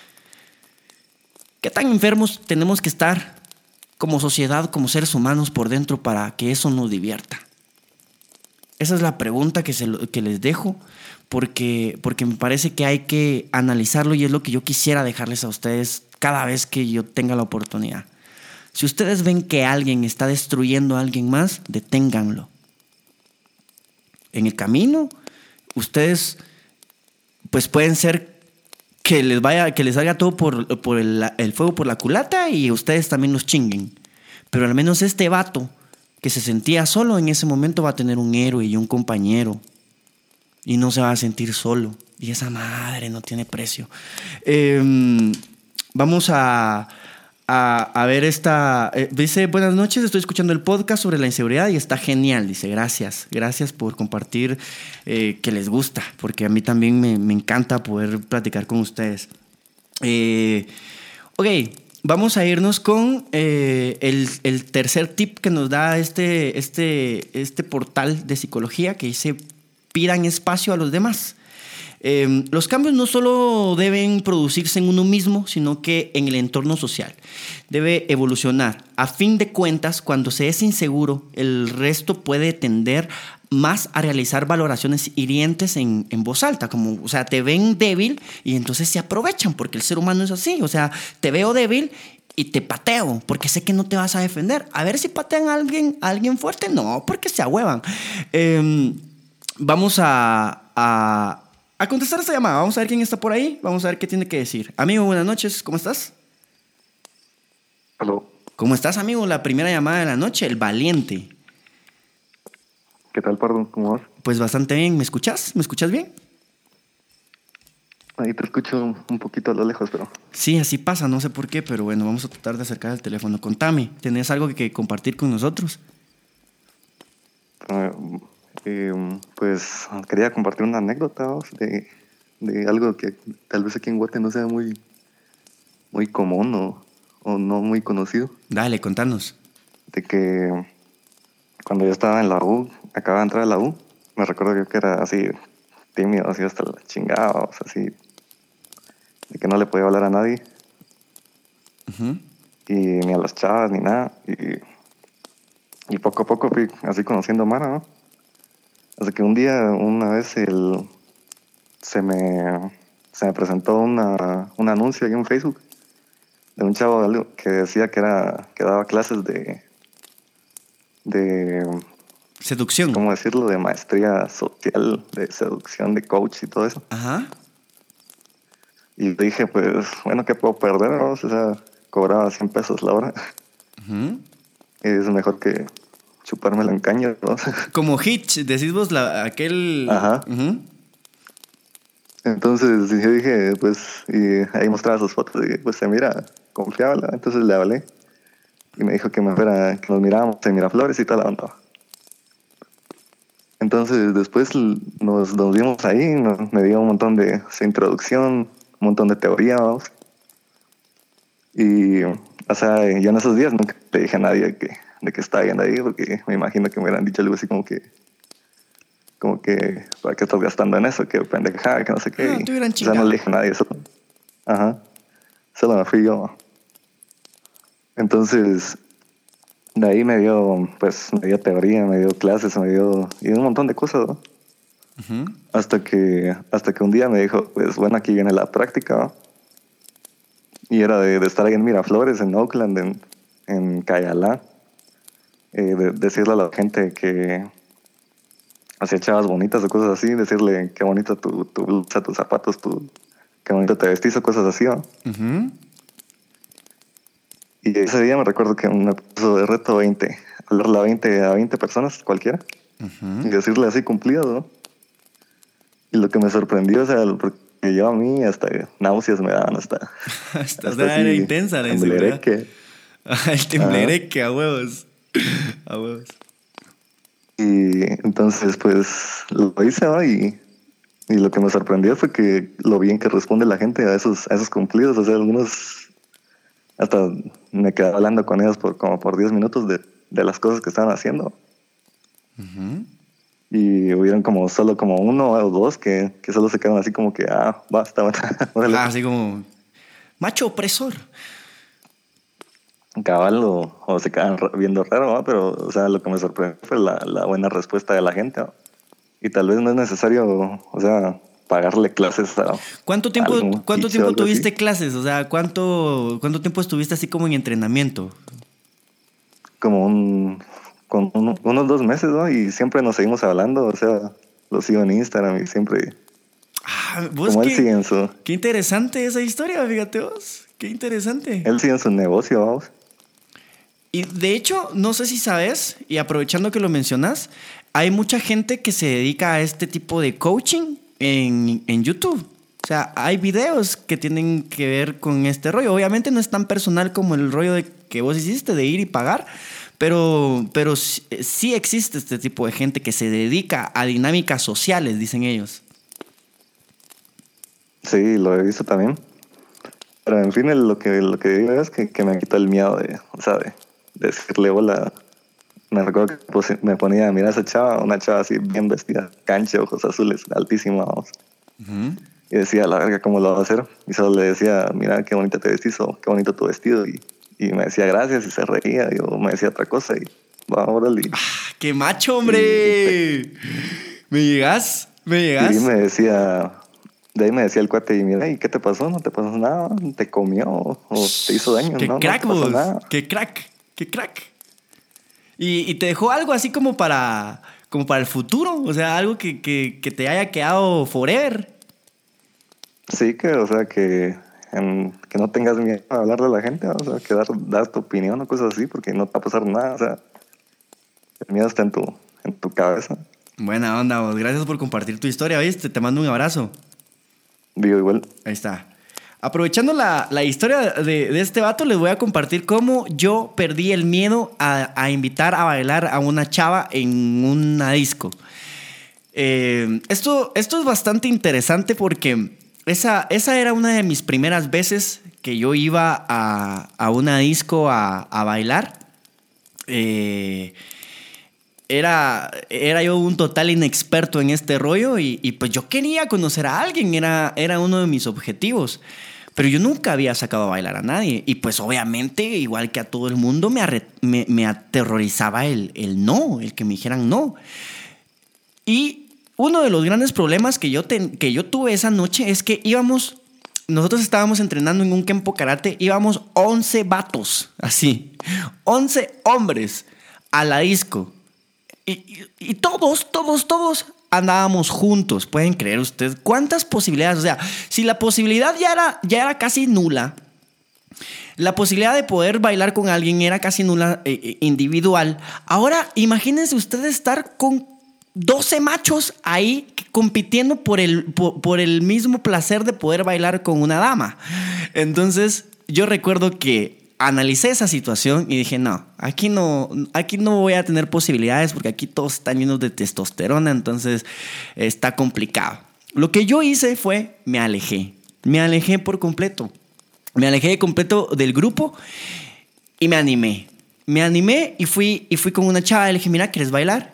¿Qué tan enfermos tenemos que estar como sociedad, como seres humanos por dentro para que eso nos divierta? Esa es la pregunta que, se lo, que les dejo, porque, porque me parece que hay que analizarlo y es lo que yo quisiera dejarles a ustedes cada vez que yo tenga la oportunidad. Si ustedes ven que alguien está destruyendo a alguien más, deténganlo. En el camino, ustedes pues pueden ser que les vaya, que les salga todo por, por el, el fuego por la culata y ustedes también los chinguen. Pero al menos este vato que se sentía solo en ese momento va a tener un héroe y un compañero y no se va a sentir solo. Y esa madre no tiene precio. Eh, vamos a... A, a ver esta... Eh, dice, buenas noches, estoy escuchando el podcast sobre la inseguridad y está genial. Dice, gracias. Gracias por compartir eh, que les gusta, porque a mí también me, me encanta poder platicar con ustedes. Eh, ok, vamos a irnos con eh, el, el tercer tip que nos da este, este, este portal de psicología que dice, pidan espacio a los demás. Eh, los cambios no solo deben producirse en uno mismo, sino que en el entorno social. Debe evolucionar. A fin de cuentas, cuando se es inseguro, el resto puede tender más a realizar valoraciones hirientes en, en voz alta. Como, o sea, te ven débil y entonces se aprovechan, porque el ser humano es así. O sea, te veo débil y te pateo, porque sé que no te vas a defender. A ver si patean a alguien, a alguien fuerte. No, porque se ahuevan. Eh, vamos a... a A contestar esta llamada. Vamos a ver quién está por ahí. Vamos a ver qué tiene que decir. Amigo, buenas noches. ¿Cómo estás? Aló. ¿Cómo estás, amigo? La primera llamada de la noche, el valiente. ¿Qué tal, Pardo? ¿Cómo vas? Pues bastante bien. ¿Me escuchas? ¿Me escuchas bien? Ahí te escucho un poquito a lo lejos, pero... Sí, así pasa. No sé por qué, pero bueno, vamos a tratar de acercar el teléfono. Contame, ¿tenés algo que compartir con nosotros? Uh, eh, pues quería compartir una anécdota, ¿no? de, de algo que tal vez aquí en Guate no sea muy, muy común o, o no muy conocido. Dale, contanos. De que cuando yo estaba en la U, acababa de entrar a la U, me recuerdo yo que era así tímido, así hasta la chingada, o sea, así, de que no le podía hablar a nadie. Uh-huh. Y ni a las chavas, ni nada. Y, y poco a poco fui así conociendo a Mara, ¿no? Hasta que un día, una vez, el, se me, se me presentó una, un anuncio ahí en Facebook de un chavo que decía que, era, que daba clases de, de, Seducción. ¿cómo decirlo? De maestría social, de seducción, de coach y todo eso. Ajá. Y dije, pues, bueno, ¿qué puedo perder? ¿No? O sea, cobraba cien pesos la hora. Uh-huh. Es mejor que chupármela en caña, ¿no? Como Hitch, decís vos la, aquel... Ajá. Uh-huh. Entonces yo dije, pues, y ahí mostraba sus fotos y pues se mira confiable. Entonces le hablé y me dijo que me fuera, que nos mirábamos en Miraflores y toda la onda. Entonces después nos, nos vimos ahí, nos, me dio un montón de, de introducción, un montón de teoría, vamos. Y, o sea, yo en esos días nunca le dije a nadie que, de que estaba yendo ahí, porque me imagino que me hubieran dicho algo así como que, como que, ¿para qué estás gastando en eso? Que pendejada, que no sé qué. Ah, te hubieran o sea, no le dije a nadie eso. Ajá. Solo me fui yo. Entonces, de ahí me dio, pues, me dio teoría, me dio clases, me dio, y un montón de cosas, ¿no? Uh-huh. Hasta que, hasta que un día me dijo, pues, bueno, aquí viene la práctica, ¿no? Y era de, de estar ahí en Miraflores, en Oakland, en, en Cayalá, eh, de, decirle a la gente que hacía chavas bonitas o cosas así, decirle qué bonita tu, tu blusa, tus zapatos, tu, qué bonito te vestís o cosas así, ¿no? Uh-huh. Y ese día me recuerdo que me puso de reto veinte, hablarle a veinte, a veinte personas cualquiera, uh-huh. y decirle así cumplido, ¿no? Y lo que me sorprendió, o sea, porque yo a mí hasta náuseas me daban hasta... hasta, hasta era intensa la inseguridad. El temblereque, a huevos. A huevos. Y entonces, pues, lo hice, ¿no? Y, y lo que me sorprendió fue que lo bien que responde la gente a esos, a esos cumplidos. O sea, algunos... Hasta me quedaba hablando con ellos por como por diez minutos de, de las cosas que estaban haciendo. Uh-huh. Y hubieron como solo como uno o dos que, que solo se quedaron así como que, ah, basta. Ah, así como, macho opresor. Cabal, o, o se quedan viendo raro, ¿no? Pero, o sea, lo que me sorprendió fue la, la buena respuesta de la gente, ¿no? Y tal vez no es necesario, o sea, pagarle clases a... ¿Cuánto tiempo, ¿cuánto tiempo tuviste así? Clases? O sea, ¿cuánto, ¿cuánto tiempo estuviste así como en entrenamiento? Como un... Con uno, unos dos meses, ¿no? Y siempre nos seguimos hablando, o sea, lo sigo en Instagram y siempre... Ah, ¿vos como qué, él sigue en su... Qué interesante esa historia, fíjate vos. Qué interesante. Él sigue en su negocio, vamos. Y de hecho, no sé si sabes, y aprovechando que lo mencionas, hay mucha gente que se dedica a este tipo de coaching en, en YouTube. O sea, hay videos que tienen que ver con este rollo. Obviamente no es tan personal como el rollo de que vos hiciste, de ir y pagar, pero, pero sí, sí existe este tipo de gente que se dedica a dinámicas sociales, dicen ellos. Sí, lo he visto también. Pero en fin, lo que, lo que digo es que, que me quitó el miedo de, o sea, de, de decirle hola. Me recuerdo que me ponía a mirar a esa chava, una chava así bien vestida, cancha, ojos azules, altísima, vamos. Uh-huh. Y decía, la verga, ¿cómo lo va a hacer? Y solo le decía, mira, qué bonita te vestís o qué bonito tu vestido. Y, y me decía gracias y se reía. Y yo me decía otra cosa y va, órale. Ah, ¡qué macho, hombre! Y, ¿me llegas? ¿Me llegas? Y me decía... De ahí me decía el cuate, y mira, ¿y qué te pasó? ¿No te pasó nada? ¿Te comió? ¿O te hizo daño? ¡Qué no, crack, no te pasó vos! Nada. ¡Qué crack! ¡Qué crack! ¿Y, y te dejó algo así como para, como para el futuro? O sea, algo que, que, que te haya quedado forever. Sí, que, o sea, que, en, que no tengas miedo a hablarle a la gente, ¿no? O sea, que dar, dar tu opinión o cosas así, porque no te va a pasar nada. O sea, el miedo está en tu, en tu cabeza. Buena onda, vos. Gracias por compartir tu historia, ¿viste? Te mando un abrazo. Digo, igual. Ahí está. Aprovechando la, la historia de, de este vato, les voy a compartir cómo yo perdí el miedo a, a invitar a bailar a una chava en una disco. Eh, esto, esto es bastante interesante porque esa, esa era una de mis primeras veces que yo iba a, a una disco a, a bailar. Eh... Era, era yo un total inexperto en este rollo y, y pues yo quería conocer a alguien, era, era uno de mis objetivos. Pero yo nunca había sacado a bailar a nadie. Y pues obviamente, igual que a todo el mundo, me, arre, me, me aterrorizaba el, el no, el que me dijeran no. Y uno de los grandes problemas que yo, ten, que yo tuve esa noche es que íbamos, nosotros estábamos entrenando en un Kempo Karate, íbamos once vatos, así, once hombres a la disco. Y, y, y todos, todos, todos andábamos juntos. ¿Pueden creer ustedes cuántas posibilidades? O sea, si la posibilidad ya era, ya era casi nula, la posibilidad de poder bailar con alguien era casi nula, eh, individual. Ahora, imagínense ustedes estar con doce machos ahí compitiendo por el, por, por el mismo placer de poder bailar con una dama. Entonces, yo recuerdo que analicé esa situación y dije, no, aquí no, aquí no voy a tener posibilidades porque aquí todos están llenos de testosterona, entonces está complicado. Lo que yo hice fue, me alejé, me alejé por completo. Me alejé de completo del grupo y me animé. Me animé y fui, y fui con una chava y le dije, mira, ¿quieres bailar?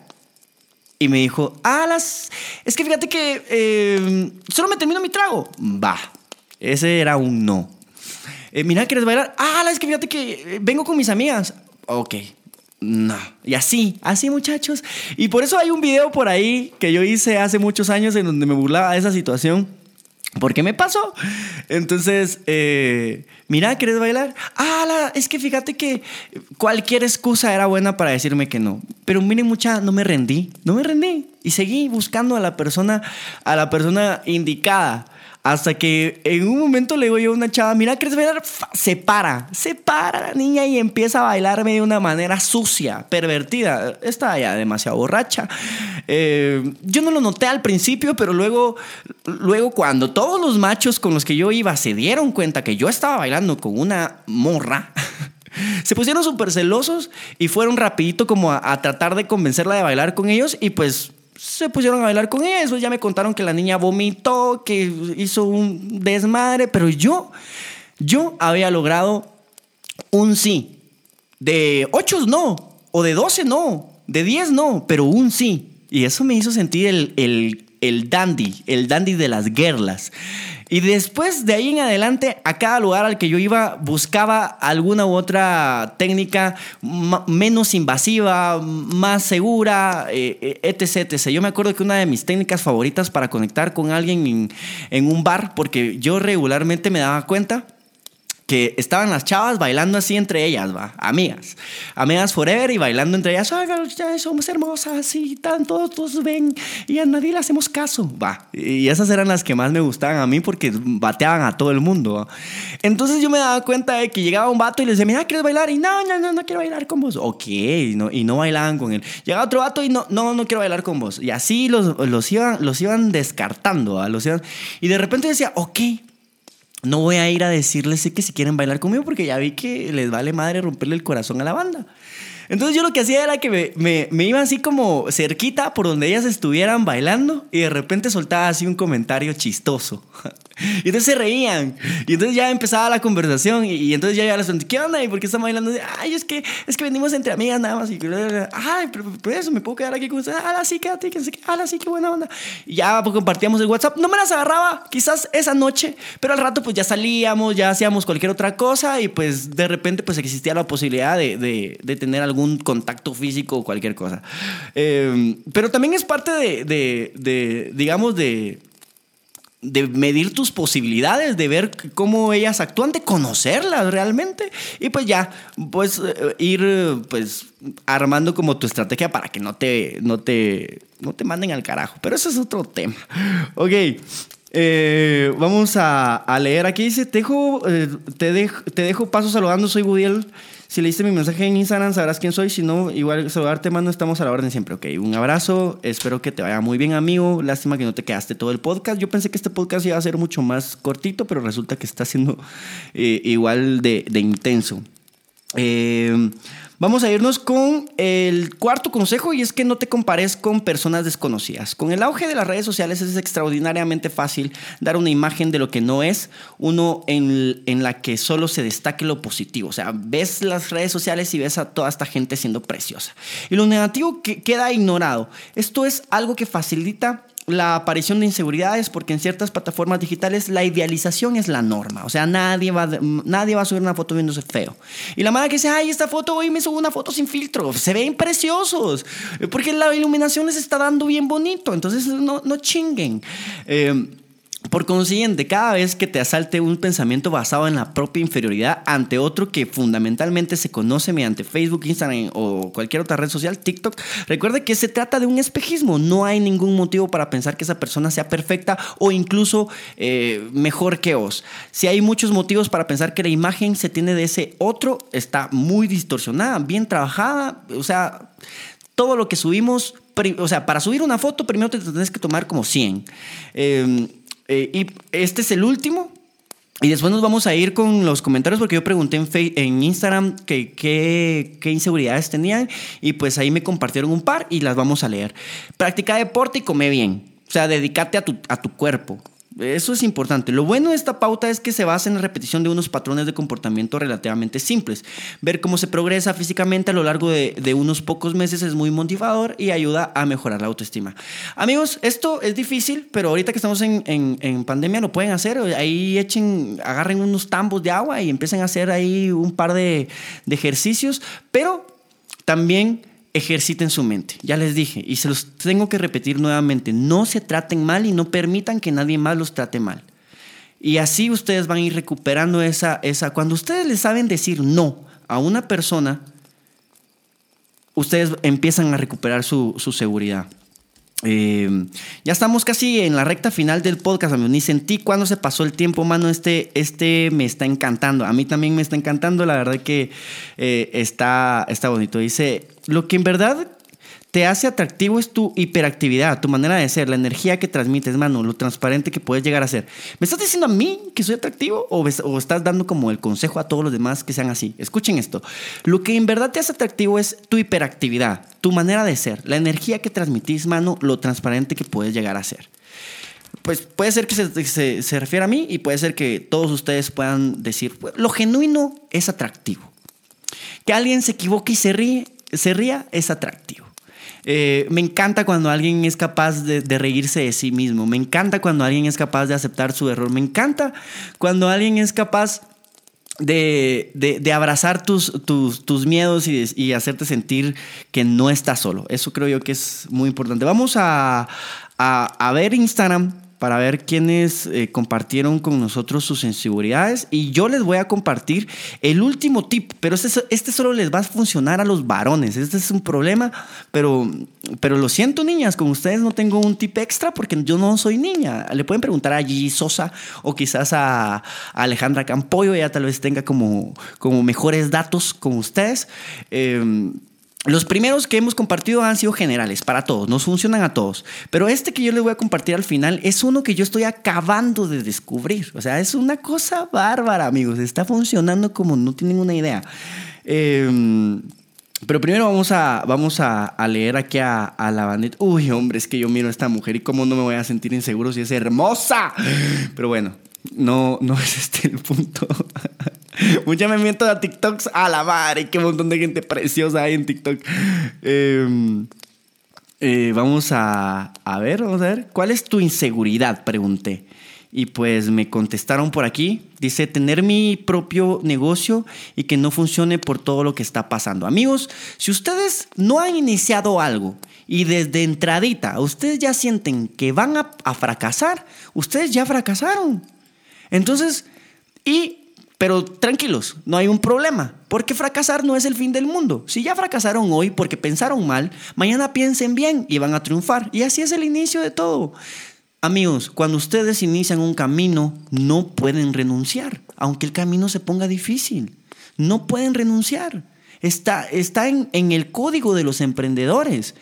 Y me dijo, ah, las... es que fíjate que eh, solo me termino mi trago. Va, ese era un no. Eh, mira, ¿quieres bailar? Ah, es que fíjate que vengo con mis amigas. Ok, no. Y así, así muchachos. Y por eso hay un video por ahí que yo hice hace muchos años en donde me burlaba de esa situación. ¿Por qué me pasó? Entonces, eh, mira, ¿quieres bailar? Ah, la, es que fíjate que cualquier excusa era buena para decirme que no. Pero miren, mucha, no me rendí, no me rendí. Y seguí buscando a la persona, a la persona indicada. Hasta que en un momento le digo yo a una chava, mira, ¿quieres bailar? Se para, se para la niña y empieza a bailarme de una manera sucia, pervertida. Estaba ya demasiado borracha. Eh, yo no lo noté al principio, pero luego, luego cuando todos los machos con los que yo iba se dieron cuenta que yo estaba bailando con una morra, se pusieron súper celosos y fueron rapidito como a, a tratar de convencerla de bailar con ellos y pues... se pusieron a bailar con ella. Eso ya me contaron que la niña vomitó, que hizo un desmadre, pero yo, yo había logrado un sí. De ocho no, o de doce no, de diez no, pero un sí. Y eso me hizo sentir el, el, el dandy, el dandy de las guerlas. Y después de ahí en adelante, a cada lugar al que yo iba, buscaba alguna u otra técnica m- menos invasiva, más segura, eh, etc, etc. Yo me acuerdo que una de mis técnicas favoritas para conectar con alguien en, en un bar, porque yo regularmente me daba cuenta que estaban las chavas bailando así entre ellas, va, amigas, amigas forever y bailando entre ellas, ay, ya somos hermosas y tanto, todos ven y a nadie le hacemos caso, va, y esas eran las que más me gustaban a mí porque bateaban a todo el mundo, va. Entonces yo me daba cuenta de que llegaba un vato y le decía, mira, ¿quieres bailar? Y no, no, no, no quiero bailar con vos. Ok, y no, y no bailaban con él. Llegaba otro vato y no, no, no quiero bailar con vos. Y así los, los, iban, los iban descartando, va, los iban, y de repente decía, ok, no voy a ir a decirles que si quieren bailar conmigo porque ya vi que les vale madre romperle el corazón a la banda. Entonces yo lo que hacía era que me, me, me iba así como cerquita por donde ellas estuvieran bailando y de repente soltaba así un comentario chistoso. Y entonces se reían. Y entonces ya empezaba la conversación. Y, y entonces ya, ya les pregunté, ¿qué onda? ¿Y por qué están bailando? Ay, es que, es que venimos entre amigas nada más. Y, ay, pero por eso me puedo quedar aquí con ustedes. Ah, sí, quédate. Ah, sí, qué buena onda. Y ya pues, compartíamos el WhatsApp. No me las agarraba quizás esa noche, pero al rato pues ya salíamos, ya hacíamos cualquier otra cosa. Y pues de repente pues existía la posibilidad de, de, de tener algún contacto físico o cualquier cosa. Eh, pero también es parte de, de, de digamos, de... de medir tus posibilidades, de ver cómo ellas actúan, de conocerlas realmente y pues ya, pues ir pues armando como tu estrategia para que no te, no te, no te manden al carajo, pero eso es otro tema. Ok, eh, vamos a, a leer aquí, dice, te dejo, eh, te, dejo, te dejo paso saludando, soy Budiel. Si leíste mi mensaje en Instagram sabrás quién soy. Si no, igual saludarte, mano, estamos a la orden siempre. Ok, un abrazo. Espero que te vaya muy bien, amigo. Lástima que no te quedaste todo el podcast. Yo pensé que este podcast iba a ser mucho más cortito, pero resulta que está siendo eh, igual de, de intenso. Eh, vamos a irnos con el cuarto consejo y es que no te compares con personas desconocidas. Con el auge de las redes sociales es extraordinariamente fácil dar una imagen de lo que no es, uno en, en la que solo se destaque lo positivo. O sea, ves las redes sociales y ves a toda esta gente siendo preciosa. Y lo negativo que queda ignorado. Esto es algo que facilita la aparición de inseguridades porque en ciertas plataformas digitales la idealización es la norma. O sea, nadie va, nadie va a subir una foto viéndose feo. Y la madre que dice, ay, esta foto, hoy me subo una foto sin filtro. Se ven preciosos. Porque la iluminación les está dando bien bonito. Entonces, no, no chinguen. Eh, Por consiguiente, cada vez que te asalte un pensamiento basado en la propia inferioridad ante otro que fundamentalmente se conoce mediante Facebook, Instagram o cualquier otra red social, TikTok, recuerde que se trata de un espejismo. No hay ningún motivo para pensar que esa persona sea perfecta o incluso eh, mejor que vos. Si hay muchos motivos para pensar que la imagen se tiene de ese otro, está muy distorsionada, bien trabajada, o sea, todo lo que subimos, o sea, para subir una foto primero te tenés que tomar como cien. Eh, Eh, y este es el último. Y después nos vamos a ir con los comentarios porque yo pregunté en, Facebook, en Instagram que, que, qué inseguridades tenían. Y pues ahí me compartieron un par y las vamos a leer. Practica deporte y come bien. O sea, dedícate a tu, a tu cuerpo. Eso es importante. Lo bueno de esta pauta es que se basa en la repetición de unos patrones de comportamiento relativamente simples. Ver cómo se progresa físicamente a lo largo de, de unos pocos meses es muy motivador y ayuda a mejorar la autoestima. Amigos, esto es difícil, pero ahorita que estamos en, en, en pandemia lo pueden hacer. Ahí echen, agarren unos tambos de agua y empiecen a hacer ahí un par de, de ejercicios, pero también ejerciten su mente. Ya les dije, y se los tengo que repetir nuevamente, no se traten mal y no permitan que nadie más los trate mal. Y así ustedes van a ir recuperando esa... esa cuando ustedes les saben decir no a una persona, ustedes empiezan a recuperar su, su seguridad. Eh, ya estamos casi en la recta final del podcast, amigos. Ni sentí cuando se pasó el tiempo, mano. Este, este me está encantando. A mí también me está encantando. La verdad que eh, está, está bonito. Dice, lo que en verdad te hace atractivo es tu hiperactividad, tu manera de ser, la energía que transmites, mano, lo transparente que puedes llegar a ser. ¿Me estás diciendo a mí que soy atractivo o, ves, o estás dando como el consejo a todos los demás que sean así? Escuchen esto. Lo que en verdad te hace atractivo es tu hiperactividad, tu manera de ser, la energía que transmitís, mano, lo transparente que puedes llegar a ser. Pues puede ser que se, se, se refiera a mí y puede ser que todos ustedes puedan decir, lo genuino es atractivo. Que alguien se equivoque y se ríe, se ría es atractivo. Eh, me encanta cuando alguien es capaz de, de reírse de sí mismo. Me encanta cuando alguien es capaz de aceptar su error. Me encanta cuando alguien es capaz de, de, de abrazar tus, tus, tus miedos y, y hacerte sentir que no estás solo. Eso creo yo que es muy importante. Vamos a, a, a ver Instagram para ver quiénes eh, compartieron con nosotros sus inseguridades. Y yo les voy a compartir el último tip, pero este, este solo les va a funcionar a los varones. Este es un problema, pero, pero lo siento, niñas, con ustedes no tengo un tip extra porque yo no soy niña. Le pueden preguntar a Gigi Sosa o quizás a, a Alejandra Campoyo, ella tal vez tenga como, como mejores datos con ustedes. Eh, Los primeros que hemos compartido han sido generales para todos, nos funcionan a todos. Pero este que yo les voy a compartir al final es uno que yo estoy acabando de descubrir. O sea, es una cosa bárbara, amigos. Está funcionando como no tienen una idea. Eh, pero primero vamos a, vamos a, a leer aquí a, a la bandita. Uy, hombre, es que yo miro a esta mujer y cómo no me voy a sentir inseguro si es hermosa. Pero bueno, no, no es este el punto. Mucha me miento a TikToks a la madre. Qué montón de gente preciosa hay en TikTok. Eh, eh, vamos a, a ver, vamos a ver. ¿Cuál es tu inseguridad? Pregunté. Y pues me contestaron por aquí. Dice, tener mi propio negocio y que no funcione por todo lo que está pasando. Amigos, si ustedes no han iniciado algo y desde entradita ustedes ya sienten que van a, a fracasar, ustedes ya fracasaron. Entonces, y... Pero tranquilos, no hay un problema, porque fracasar no es el fin del mundo. Si ya fracasaron hoy porque pensaron mal, mañana piensen bien y van a triunfar. Y así es el inicio de todo. Amigos, cuando ustedes inician un camino, no pueden renunciar, aunque el camino se ponga difícil. No pueden renunciar. Está, está en, en el código de los emprendedores.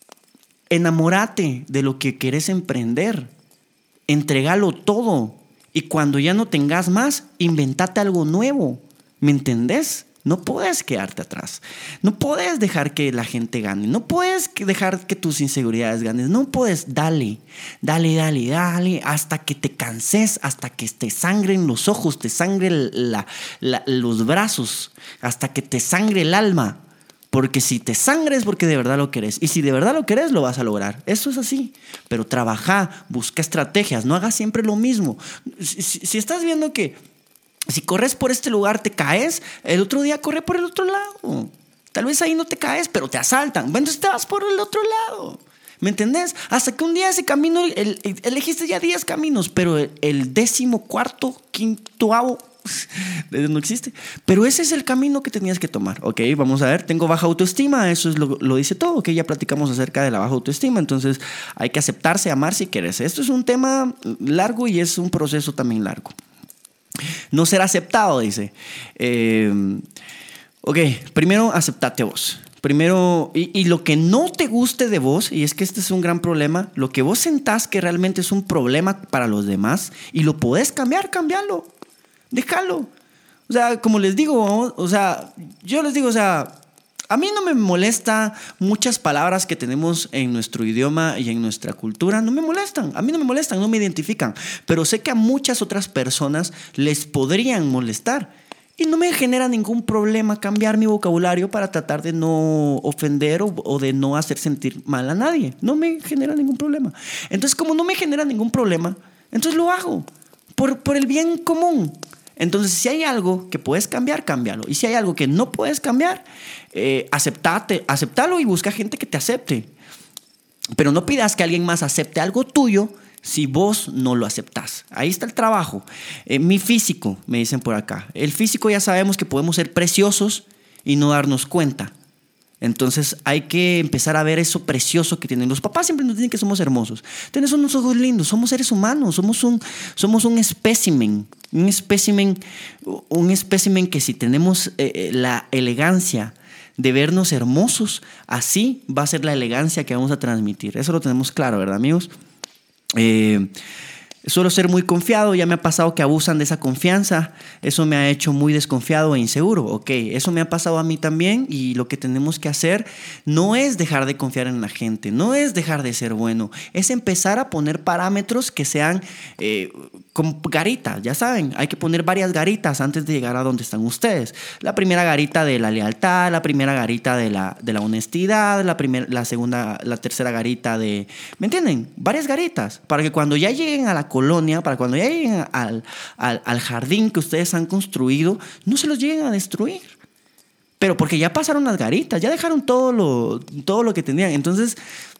Enamórate de lo que querés emprender. Entregalo todo. Y cuando ya no tengas más, inventate algo nuevo. ¿Me entendés? No puedes quedarte atrás. No puedes dejar que la gente gane. No puedes dejar que tus inseguridades ganen. No puedes. Dale, dale, dale, dale. Hasta que te canses, hasta que te sangren los ojos, te sangre la, la, los brazos, hasta que te sangre el alma. Porque si te sangres, porque de verdad lo querés. Y si de verdad lo querés, lo vas a lograr. Eso es así. Pero trabaja, busca estrategias, no hagas siempre lo mismo. Si, si, si estás viendo que si corres por este lugar te caes, el otro día corre por el otro lado. Tal vez ahí no te caes, pero te asaltan. Bueno, entonces te vas por el otro lado. ¿Me entendés? Hasta que un día ese camino, el, el, elegiste ya diez caminos, pero el, el décimo, cuarto, quintoavo no existe. Pero ese es el camino que tenías que tomar. Ok, vamos a ver, tengo baja autoestima, eso es lo, lo dice todo. Ok, ya platicamos acerca de la baja autoestima, entonces hay que aceptarse, amar si quieres. Esto es un tema largo y es un proceso también largo. No ser aceptado, dice. Eh, ok, primero aceptate vos. Primero, y, y lo que no te guste de vos, y es que este es un gran problema, lo que vos sentás que realmente es un problema para los demás y lo podés cambiar, cambiarlo. Déjalo. O sea, como les digo, o sea, yo les digo, o sea, a mí no me molesta muchas palabras que tenemos en nuestro idioma y en nuestra cultura, no me molestan, a mí no me molestan, no me identifican, pero sé que a muchas otras personas les podrían molestar y no me genera ningún problema cambiar mi vocabulario para tratar de no ofender o, o de no hacer sentir mal a nadie, no me genera ningún problema. Entonces, como no me genera ningún problema, entonces lo hago por, por el bien común. Entonces, si hay algo que puedes cambiar, cámbialo. Y si hay algo que no puedes cambiar, eh, aceptate, aceptalo y busca gente que te acepte. Pero no pidas que alguien más acepte algo tuyo si vos no lo aceptás. Ahí está el trabajo. Eh, mi físico, me dicen por acá. El físico ya sabemos que podemos ser preciosos y no darnos cuenta. Entonces hay que empezar a ver eso precioso que tienen. Los papás siempre nos dicen que somos hermosos. Tienes unos ojos lindos, somos seres humanos, somos un, somos un espécimen, un espécimen, un espécimen que si tenemos eh, la elegancia de vernos hermosos, así va a ser la elegancia que vamos a transmitir. Eso lo tenemos claro, ¿verdad, amigos? Eh, Suelo ser muy confiado, ya me ha pasado que abusan de esa confianza, eso me ha hecho muy desconfiado e inseguro. Ok, eso me ha pasado a mí también y lo que tenemos que hacer no es dejar de confiar en la gente, no es dejar de ser bueno, es empezar a poner parámetros que sean eh, como garitas, ya saben, hay que poner varias garitas antes de llegar a donde están ustedes. La primera garita de la lealtad, la primera garita de la, de la honestidad, la, primer, la segunda, la tercera garita de, ¿me entienden? Varias garitas, para que cuando ya lleguen a la colonia, para cuando ya lleguen al, al, al jardín que ustedes han construido, no se los lleguen a destruir. Pero porque ya pasaron las garitas, ya dejaron todo lo, todo lo que tenían. Entonces,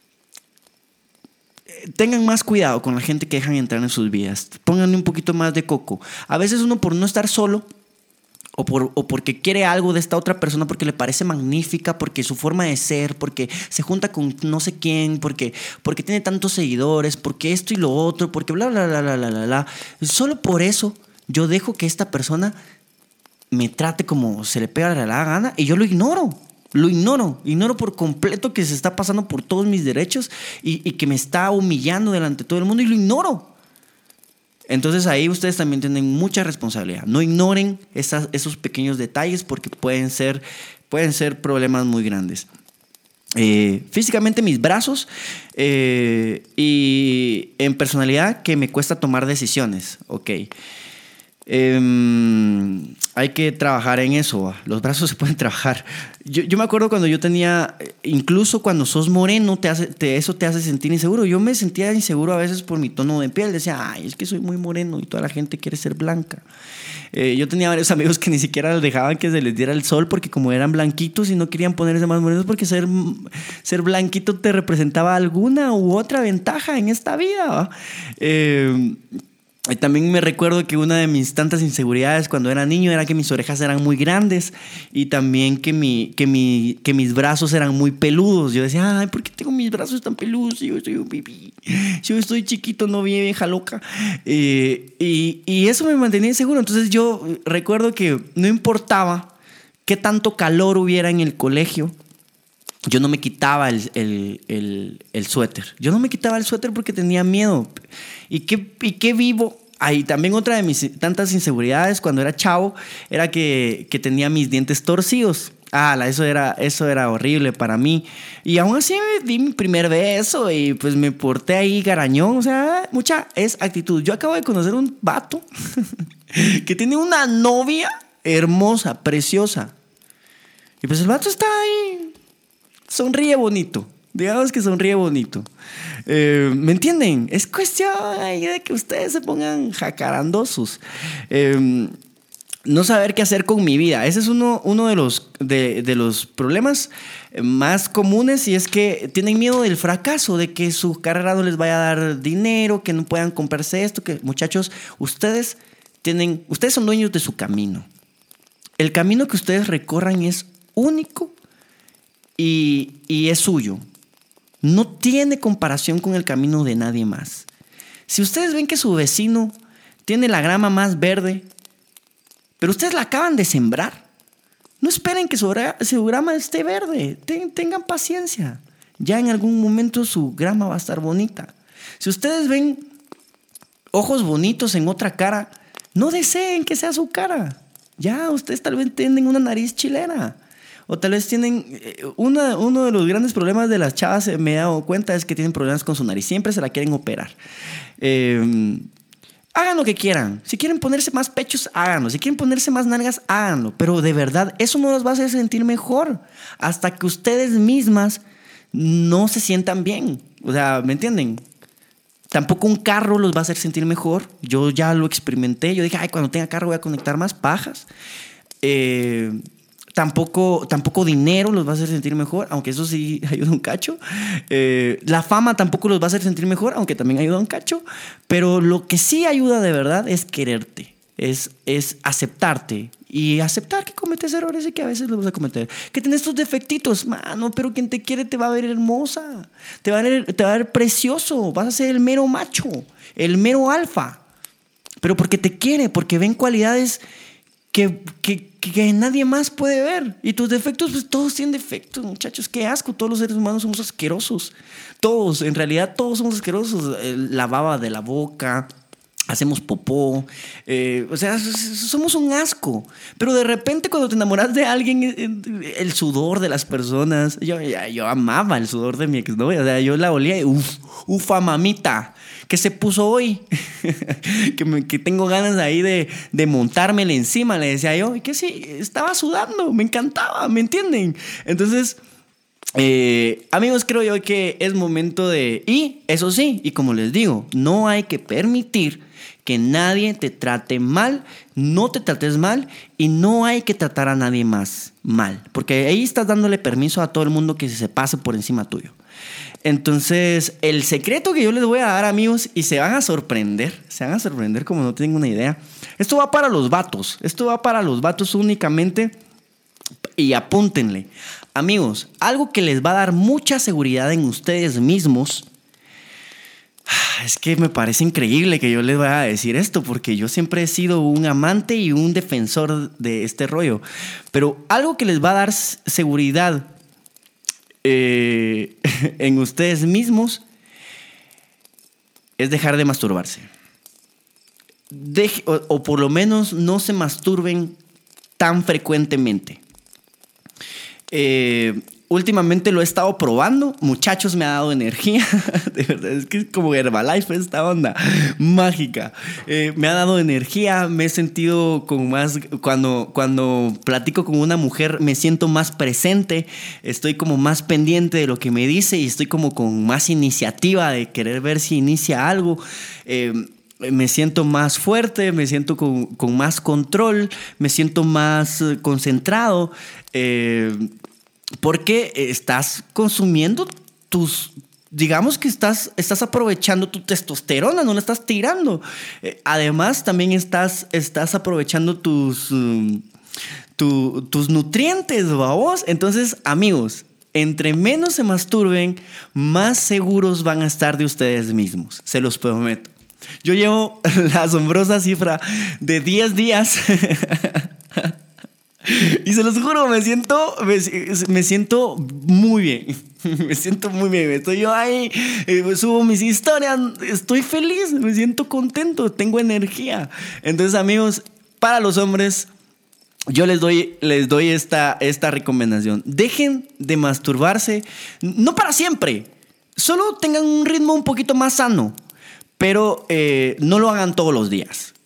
tengan más cuidado con la gente que dejan entrar en sus vidas. Pónganle un poquito más de coco. A veces uno por no estar solo o, por, o porque quiere algo de esta otra persona, porque le parece magnífica, porque su forma de ser, porque se junta con no sé quién, porque, porque tiene tantos seguidores, porque esto y lo otro, porque bla, bla, bla, bla, bla, bla, bla. Solo por eso yo dejo que esta persona me trate como se le pega la gana y yo lo ignoro. Lo ignoro, ignoro por completo que se está pasando por todos mis derechos y, y que me está humillando delante de todo el mundo y lo ignoro. Entonces ahí ustedes también tienen mucha responsabilidad. No ignoren esas, esos pequeños detalles porque pueden ser, pueden ser problemas muy grandes. Eh, físicamente mis brazos eh, y en personalidad que me cuesta tomar decisiones. Ok. Eh, hay que trabajar en eso. Los brazos se pueden trabajar. Yo, yo me acuerdo cuando yo tenía, incluso cuando sos moreno, te hace, te, eso te hace sentir inseguro. Yo me sentía inseguro a veces por mi tono de piel. Decía, ay, es que soy muy moreno y toda la gente quiere ser blanca. Eh, yo tenía varios amigos que ni siquiera les dejaban que se les diera el sol porque como eran blanquitos y no querían ponerse más morenos porque ser, ser blanquito te representaba alguna u otra ventaja en esta vida. Eh... También me recuerdo que una de mis tantas inseguridades cuando era niño era que mis orejas eran muy grandes y también que, mi, que, mi, que mis brazos eran muy peludos. Yo decía, ay, ¿por qué tengo mis brazos tan peludos si yo soy un bebé? Si yo estoy chiquito, no bien vieja loca. Eh, y, y eso me mantenía inseguro. Entonces yo recuerdo que no importaba qué tanto calor hubiera en el colegio, yo no me quitaba el, el, el, el suéter. Yo no me quitaba el suéter porque tenía miedo. ¿Y qué, y qué vivo? Ahí también otra de mis tantas inseguridades cuando era chavo era que, que tenía mis dientes torcidos. Ah, eso era, eso era horrible para mí. Y aún así me di mi primer beso y pues me porté ahí garañón. O sea, mucha es actitud. Yo acabo de conocer un vato que tiene una novia hermosa, preciosa. Y pues el vato está ahí, sonríe bonito. Digamos que sonríe bonito. Eh, ¿Me entienden? Es cuestión ahí de que ustedes se pongan jacarandosos. Eh, no saber qué hacer con mi vida. Ese es uno, uno de, los, de, de los problemas más comunes, y es que tienen miedo del fracaso, de que su carrera no les vaya a dar dinero, que no puedan comprarse esto. Que, muchachos, ustedes, tienen, ustedes son dueños de su camino. El camino que ustedes recorran es único y, y es suyo. No tiene comparación con el camino de nadie más. Si ustedes ven que su vecino tiene la grama más verde, pero ustedes la acaban de sembrar, no esperen que su, su grama esté verde. Ten, tengan paciencia. Ya en algún momento su grama va a estar bonita. Si ustedes ven ojos bonitos en otra cara, no deseen que sea su cara. Ya, ustedes tal vez tienen una nariz chilena. O tal vez tienen... Una, uno de los grandes problemas de las chavas, me he dado cuenta, es que tienen problemas con su nariz. Siempre se la quieren operar. Eh, hagan lo que quieran. Si quieren ponerse más pechos, háganlo. Si quieren ponerse más nalgas, háganlo. Pero de verdad, eso no los va a hacer sentir mejor. Hasta que ustedes mismas no se sientan bien. O sea, ¿me entienden? Tampoco un carro los va a hacer sentir mejor. Yo ya lo experimenté. Yo dije, ay, cuando tenga carro voy a conectar más pajas. Eh, tampoco, tampoco dinero los va a hacer sentir mejor, aunque eso sí ayuda un cacho. Eh, la fama tampoco los va a hacer sentir mejor, aunque también ayuda un cacho. Pero lo que sí ayuda de verdad es quererte. Es, es aceptarte. Y aceptar que cometes errores y que a veces los vas a cometer. Que tienes tus defectitos, mano, pero quien te quiere te va a ver hermosa. Te va a ver, te va a ver precioso. Vas a ser el mero macho, el mero alfa. Pero porque te quiere, porque ven cualidades que, que, que nadie más puede ver. Y tus defectos, pues todos tienen defectos, muchachos. Qué asco, todos los seres humanos somos asquerosos. Todos, en realidad todos somos asquerosos. La baba de la boca... Hacemos popó, eh, o sea, somos un asco. Pero de repente cuando te enamoras de alguien, el sudor de las personas, yo, yo amaba el sudor de mi exnovia, o sea, yo la olía y uf, ufa mamita, ¿qué se puso hoy? que, me, que tengo ganas ahí de, de montármela encima, le decía yo, y que sí, estaba sudando, me encantaba, ¿me entienden? Entonces... Eh, amigos, creo yo que es momento de... Y eso sí, y como les digo, no hay que permitir que nadie te trate mal, no te trates mal y no hay que tratar a nadie más mal, porque ahí estás dándole permiso a todo el mundo que se pase por encima tuyo. Entonces, el secreto que yo les voy a dar, amigos, y se van a sorprender, se van a sorprender como no tienen una idea. Esto va para los vatos, esto va para los vatos únicamente. Y apúntenle, amigos, algo que les va a dar mucha seguridad en ustedes mismos. Es que me parece increíble que yo les vaya a decir esto, porque yo siempre he sido un amante y un defensor de este rollo. Pero algo que les va a dar seguridad eh, en ustedes mismos es dejar de masturbarse. Deje, o, o por lo menos no se masturben tan frecuentemente. Eh, últimamente lo he estado probando, muchachos, me ha dado energía. De verdad, es que es como Herbalife esta onda mágica. Eh, me ha dado energía, me he sentido con más, cuando, cuando platico con una mujer me siento más presente, estoy como más pendiente de lo que me dice y estoy como con más iniciativa de querer ver si inicia algo. Eh, Me siento más fuerte, me siento con, con más control, me siento más eh, concentrado, eh, porque estás consumiendo tus, digamos que estás, estás aprovechando tu testosterona, no la estás tirando. Eh, además, también estás, estás aprovechando tus, um, tu, tus nutrientes, babos. Entonces, amigos, entre menos se masturben, más seguros van a estar de ustedes mismos, se los prometo. Yo llevo la asombrosa cifra de diez días y se los juro, me siento, me, me siento muy bien. Me siento muy bien. Estoy yo ahí, eh, subo mis historias, estoy feliz, me siento contento, tengo energía. Entonces, amigos, para los hombres, yo les doy, les doy esta, esta recomendación. Dejen de masturbarse, no para siempre, solo tengan un ritmo un poquito más sano. Pero eh, no lo hagan todos los días.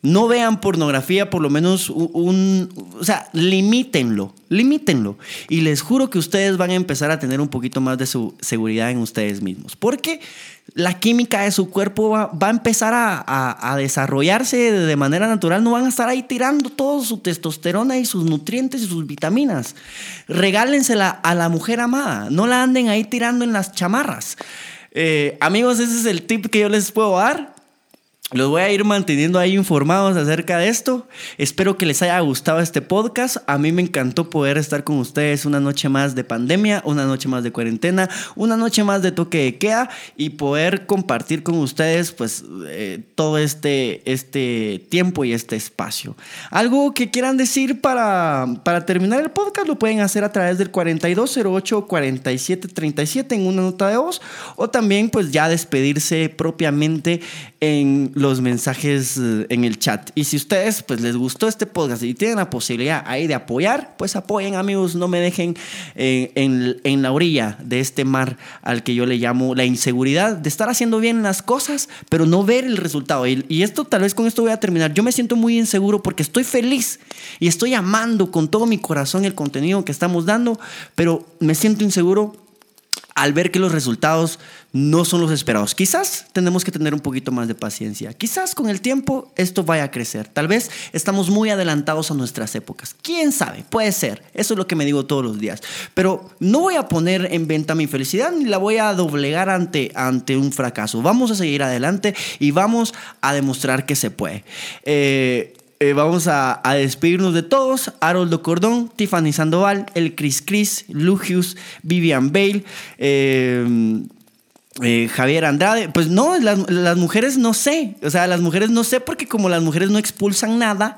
no vean pornografía, por lo menos un, un, o sea, limítenlo, limítenlo. Y les juro que ustedes van a empezar a tener un poquito más de su seguridad en ustedes mismos. Porque la química de su cuerpo va, va a empezar a, a, a desarrollarse de manera natural. No van a estar ahí tirando toda su testosterona y sus nutrientes y sus vitaminas. Regálensela a la mujer amada. No la anden ahí tirando en las chamarras. Eh, amigos, ese es el tip que yo les puedo dar. Los voy a ir manteniendo ahí informados acerca de esto. Espero que les haya gustado este podcast. A mí me encantó poder estar con ustedes una noche más de pandemia, una noche más de cuarentena, una noche más de toque de queda y poder compartir con ustedes pues eh, todo este, este tiempo y este espacio. Algo que quieran decir para, para terminar el podcast lo pueden hacer a través del cuarenta y dos cero ocho, cuarenta y siete treinta y siete en una nota de voz, o también pues ya despedirse propiamente en los mensajes en el chat. Y si ustedes pues les gustó este podcast y tienen la posibilidad ahí de apoyar, pues apoyen, amigos. No me dejen en, en, en la orilla de este mar al que yo le llamo la inseguridad de estar haciendo bien las cosas pero no ver el resultado. Y, y esto, tal vez con esto voy a terminar. Yo me siento muy inseguro porque estoy feliz y estoy amando con todo mi corazón el contenido que estamos dando, pero me siento inseguro al ver que los resultados no son los esperados. Quizás tenemos que tener un poquito más de paciencia. Quizás con el tiempo esto vaya a crecer. Tal vez estamos muy adelantados a nuestras épocas. ¿Quién sabe? Puede ser. Eso es lo que me digo todos los días. Pero no voy a poner en venta mi felicidad ni la voy a doblegar ante, ante un fracaso. Vamos a seguir adelante y vamos a demostrar que se puede. Eh... Eh, vamos a, a despedirnos de todos. Haroldo Cordón, Tiffany Sandoval, el Cris Cris, Lugius, Vivian Bale, eh, eh, Javier Andrade. Pues no, las, las mujeres no sé. O sea, las mujeres no sé porque como las mujeres no expulsan nada,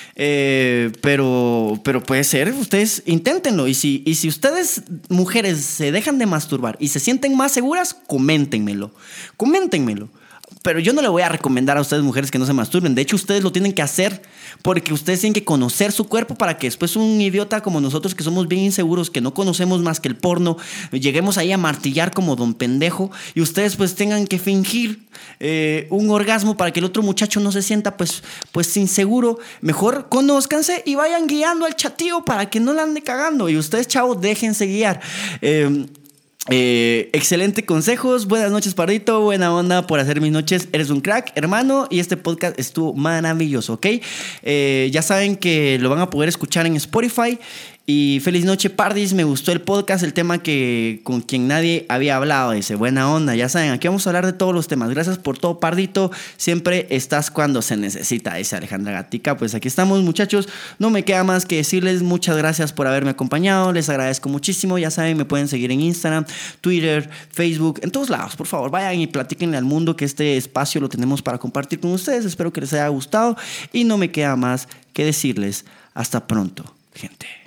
eh, pero, pero puede ser. Ustedes inténtenlo. Y si, y si ustedes, mujeres, se dejan de masturbar y se sienten más seguras, coméntenmelo. Coméntenmelo. Pero yo no le voy a recomendar a ustedes, mujeres, que no se masturben. De hecho, ustedes lo tienen que hacer porque ustedes tienen que conocer su cuerpo para que después un idiota como nosotros, que somos bien inseguros, que no conocemos más que el porno, lleguemos ahí a martillar como don pendejo y ustedes pues tengan que fingir eh, un orgasmo para que el otro muchacho no se sienta pues, pues inseguro. Mejor conózcanse y vayan guiando al chatío para que no la ande cagando. Y ustedes, chavos, déjense guiar. Eh... Eh, excelente consejos, buenas noches Pardito, buena onda por hacer mis noches, eres un crack hermano y este podcast estuvo maravilloso, ¿ok? Eh, ya saben que lo van a poder escuchar en Spotify. Y feliz noche, Pardis. Me gustó el podcast, el tema que con quien nadie había hablado. Dice, buena onda. Ya saben, aquí vamos a hablar de todos los temas. Gracias por todo, Pardito. Siempre estás cuando se necesita. Dice Alejandra Gatica. Pues aquí estamos, muchachos. No me queda más que decirles muchas gracias por haberme acompañado. Les agradezco muchísimo. Ya saben, me pueden seguir en Instagram, Twitter, Facebook, en todos lados. Por favor, vayan y platíquenle al mundo que este espacio lo tenemos para compartir con ustedes. Espero que les haya gustado. Y no me queda más que decirles hasta pronto, gente.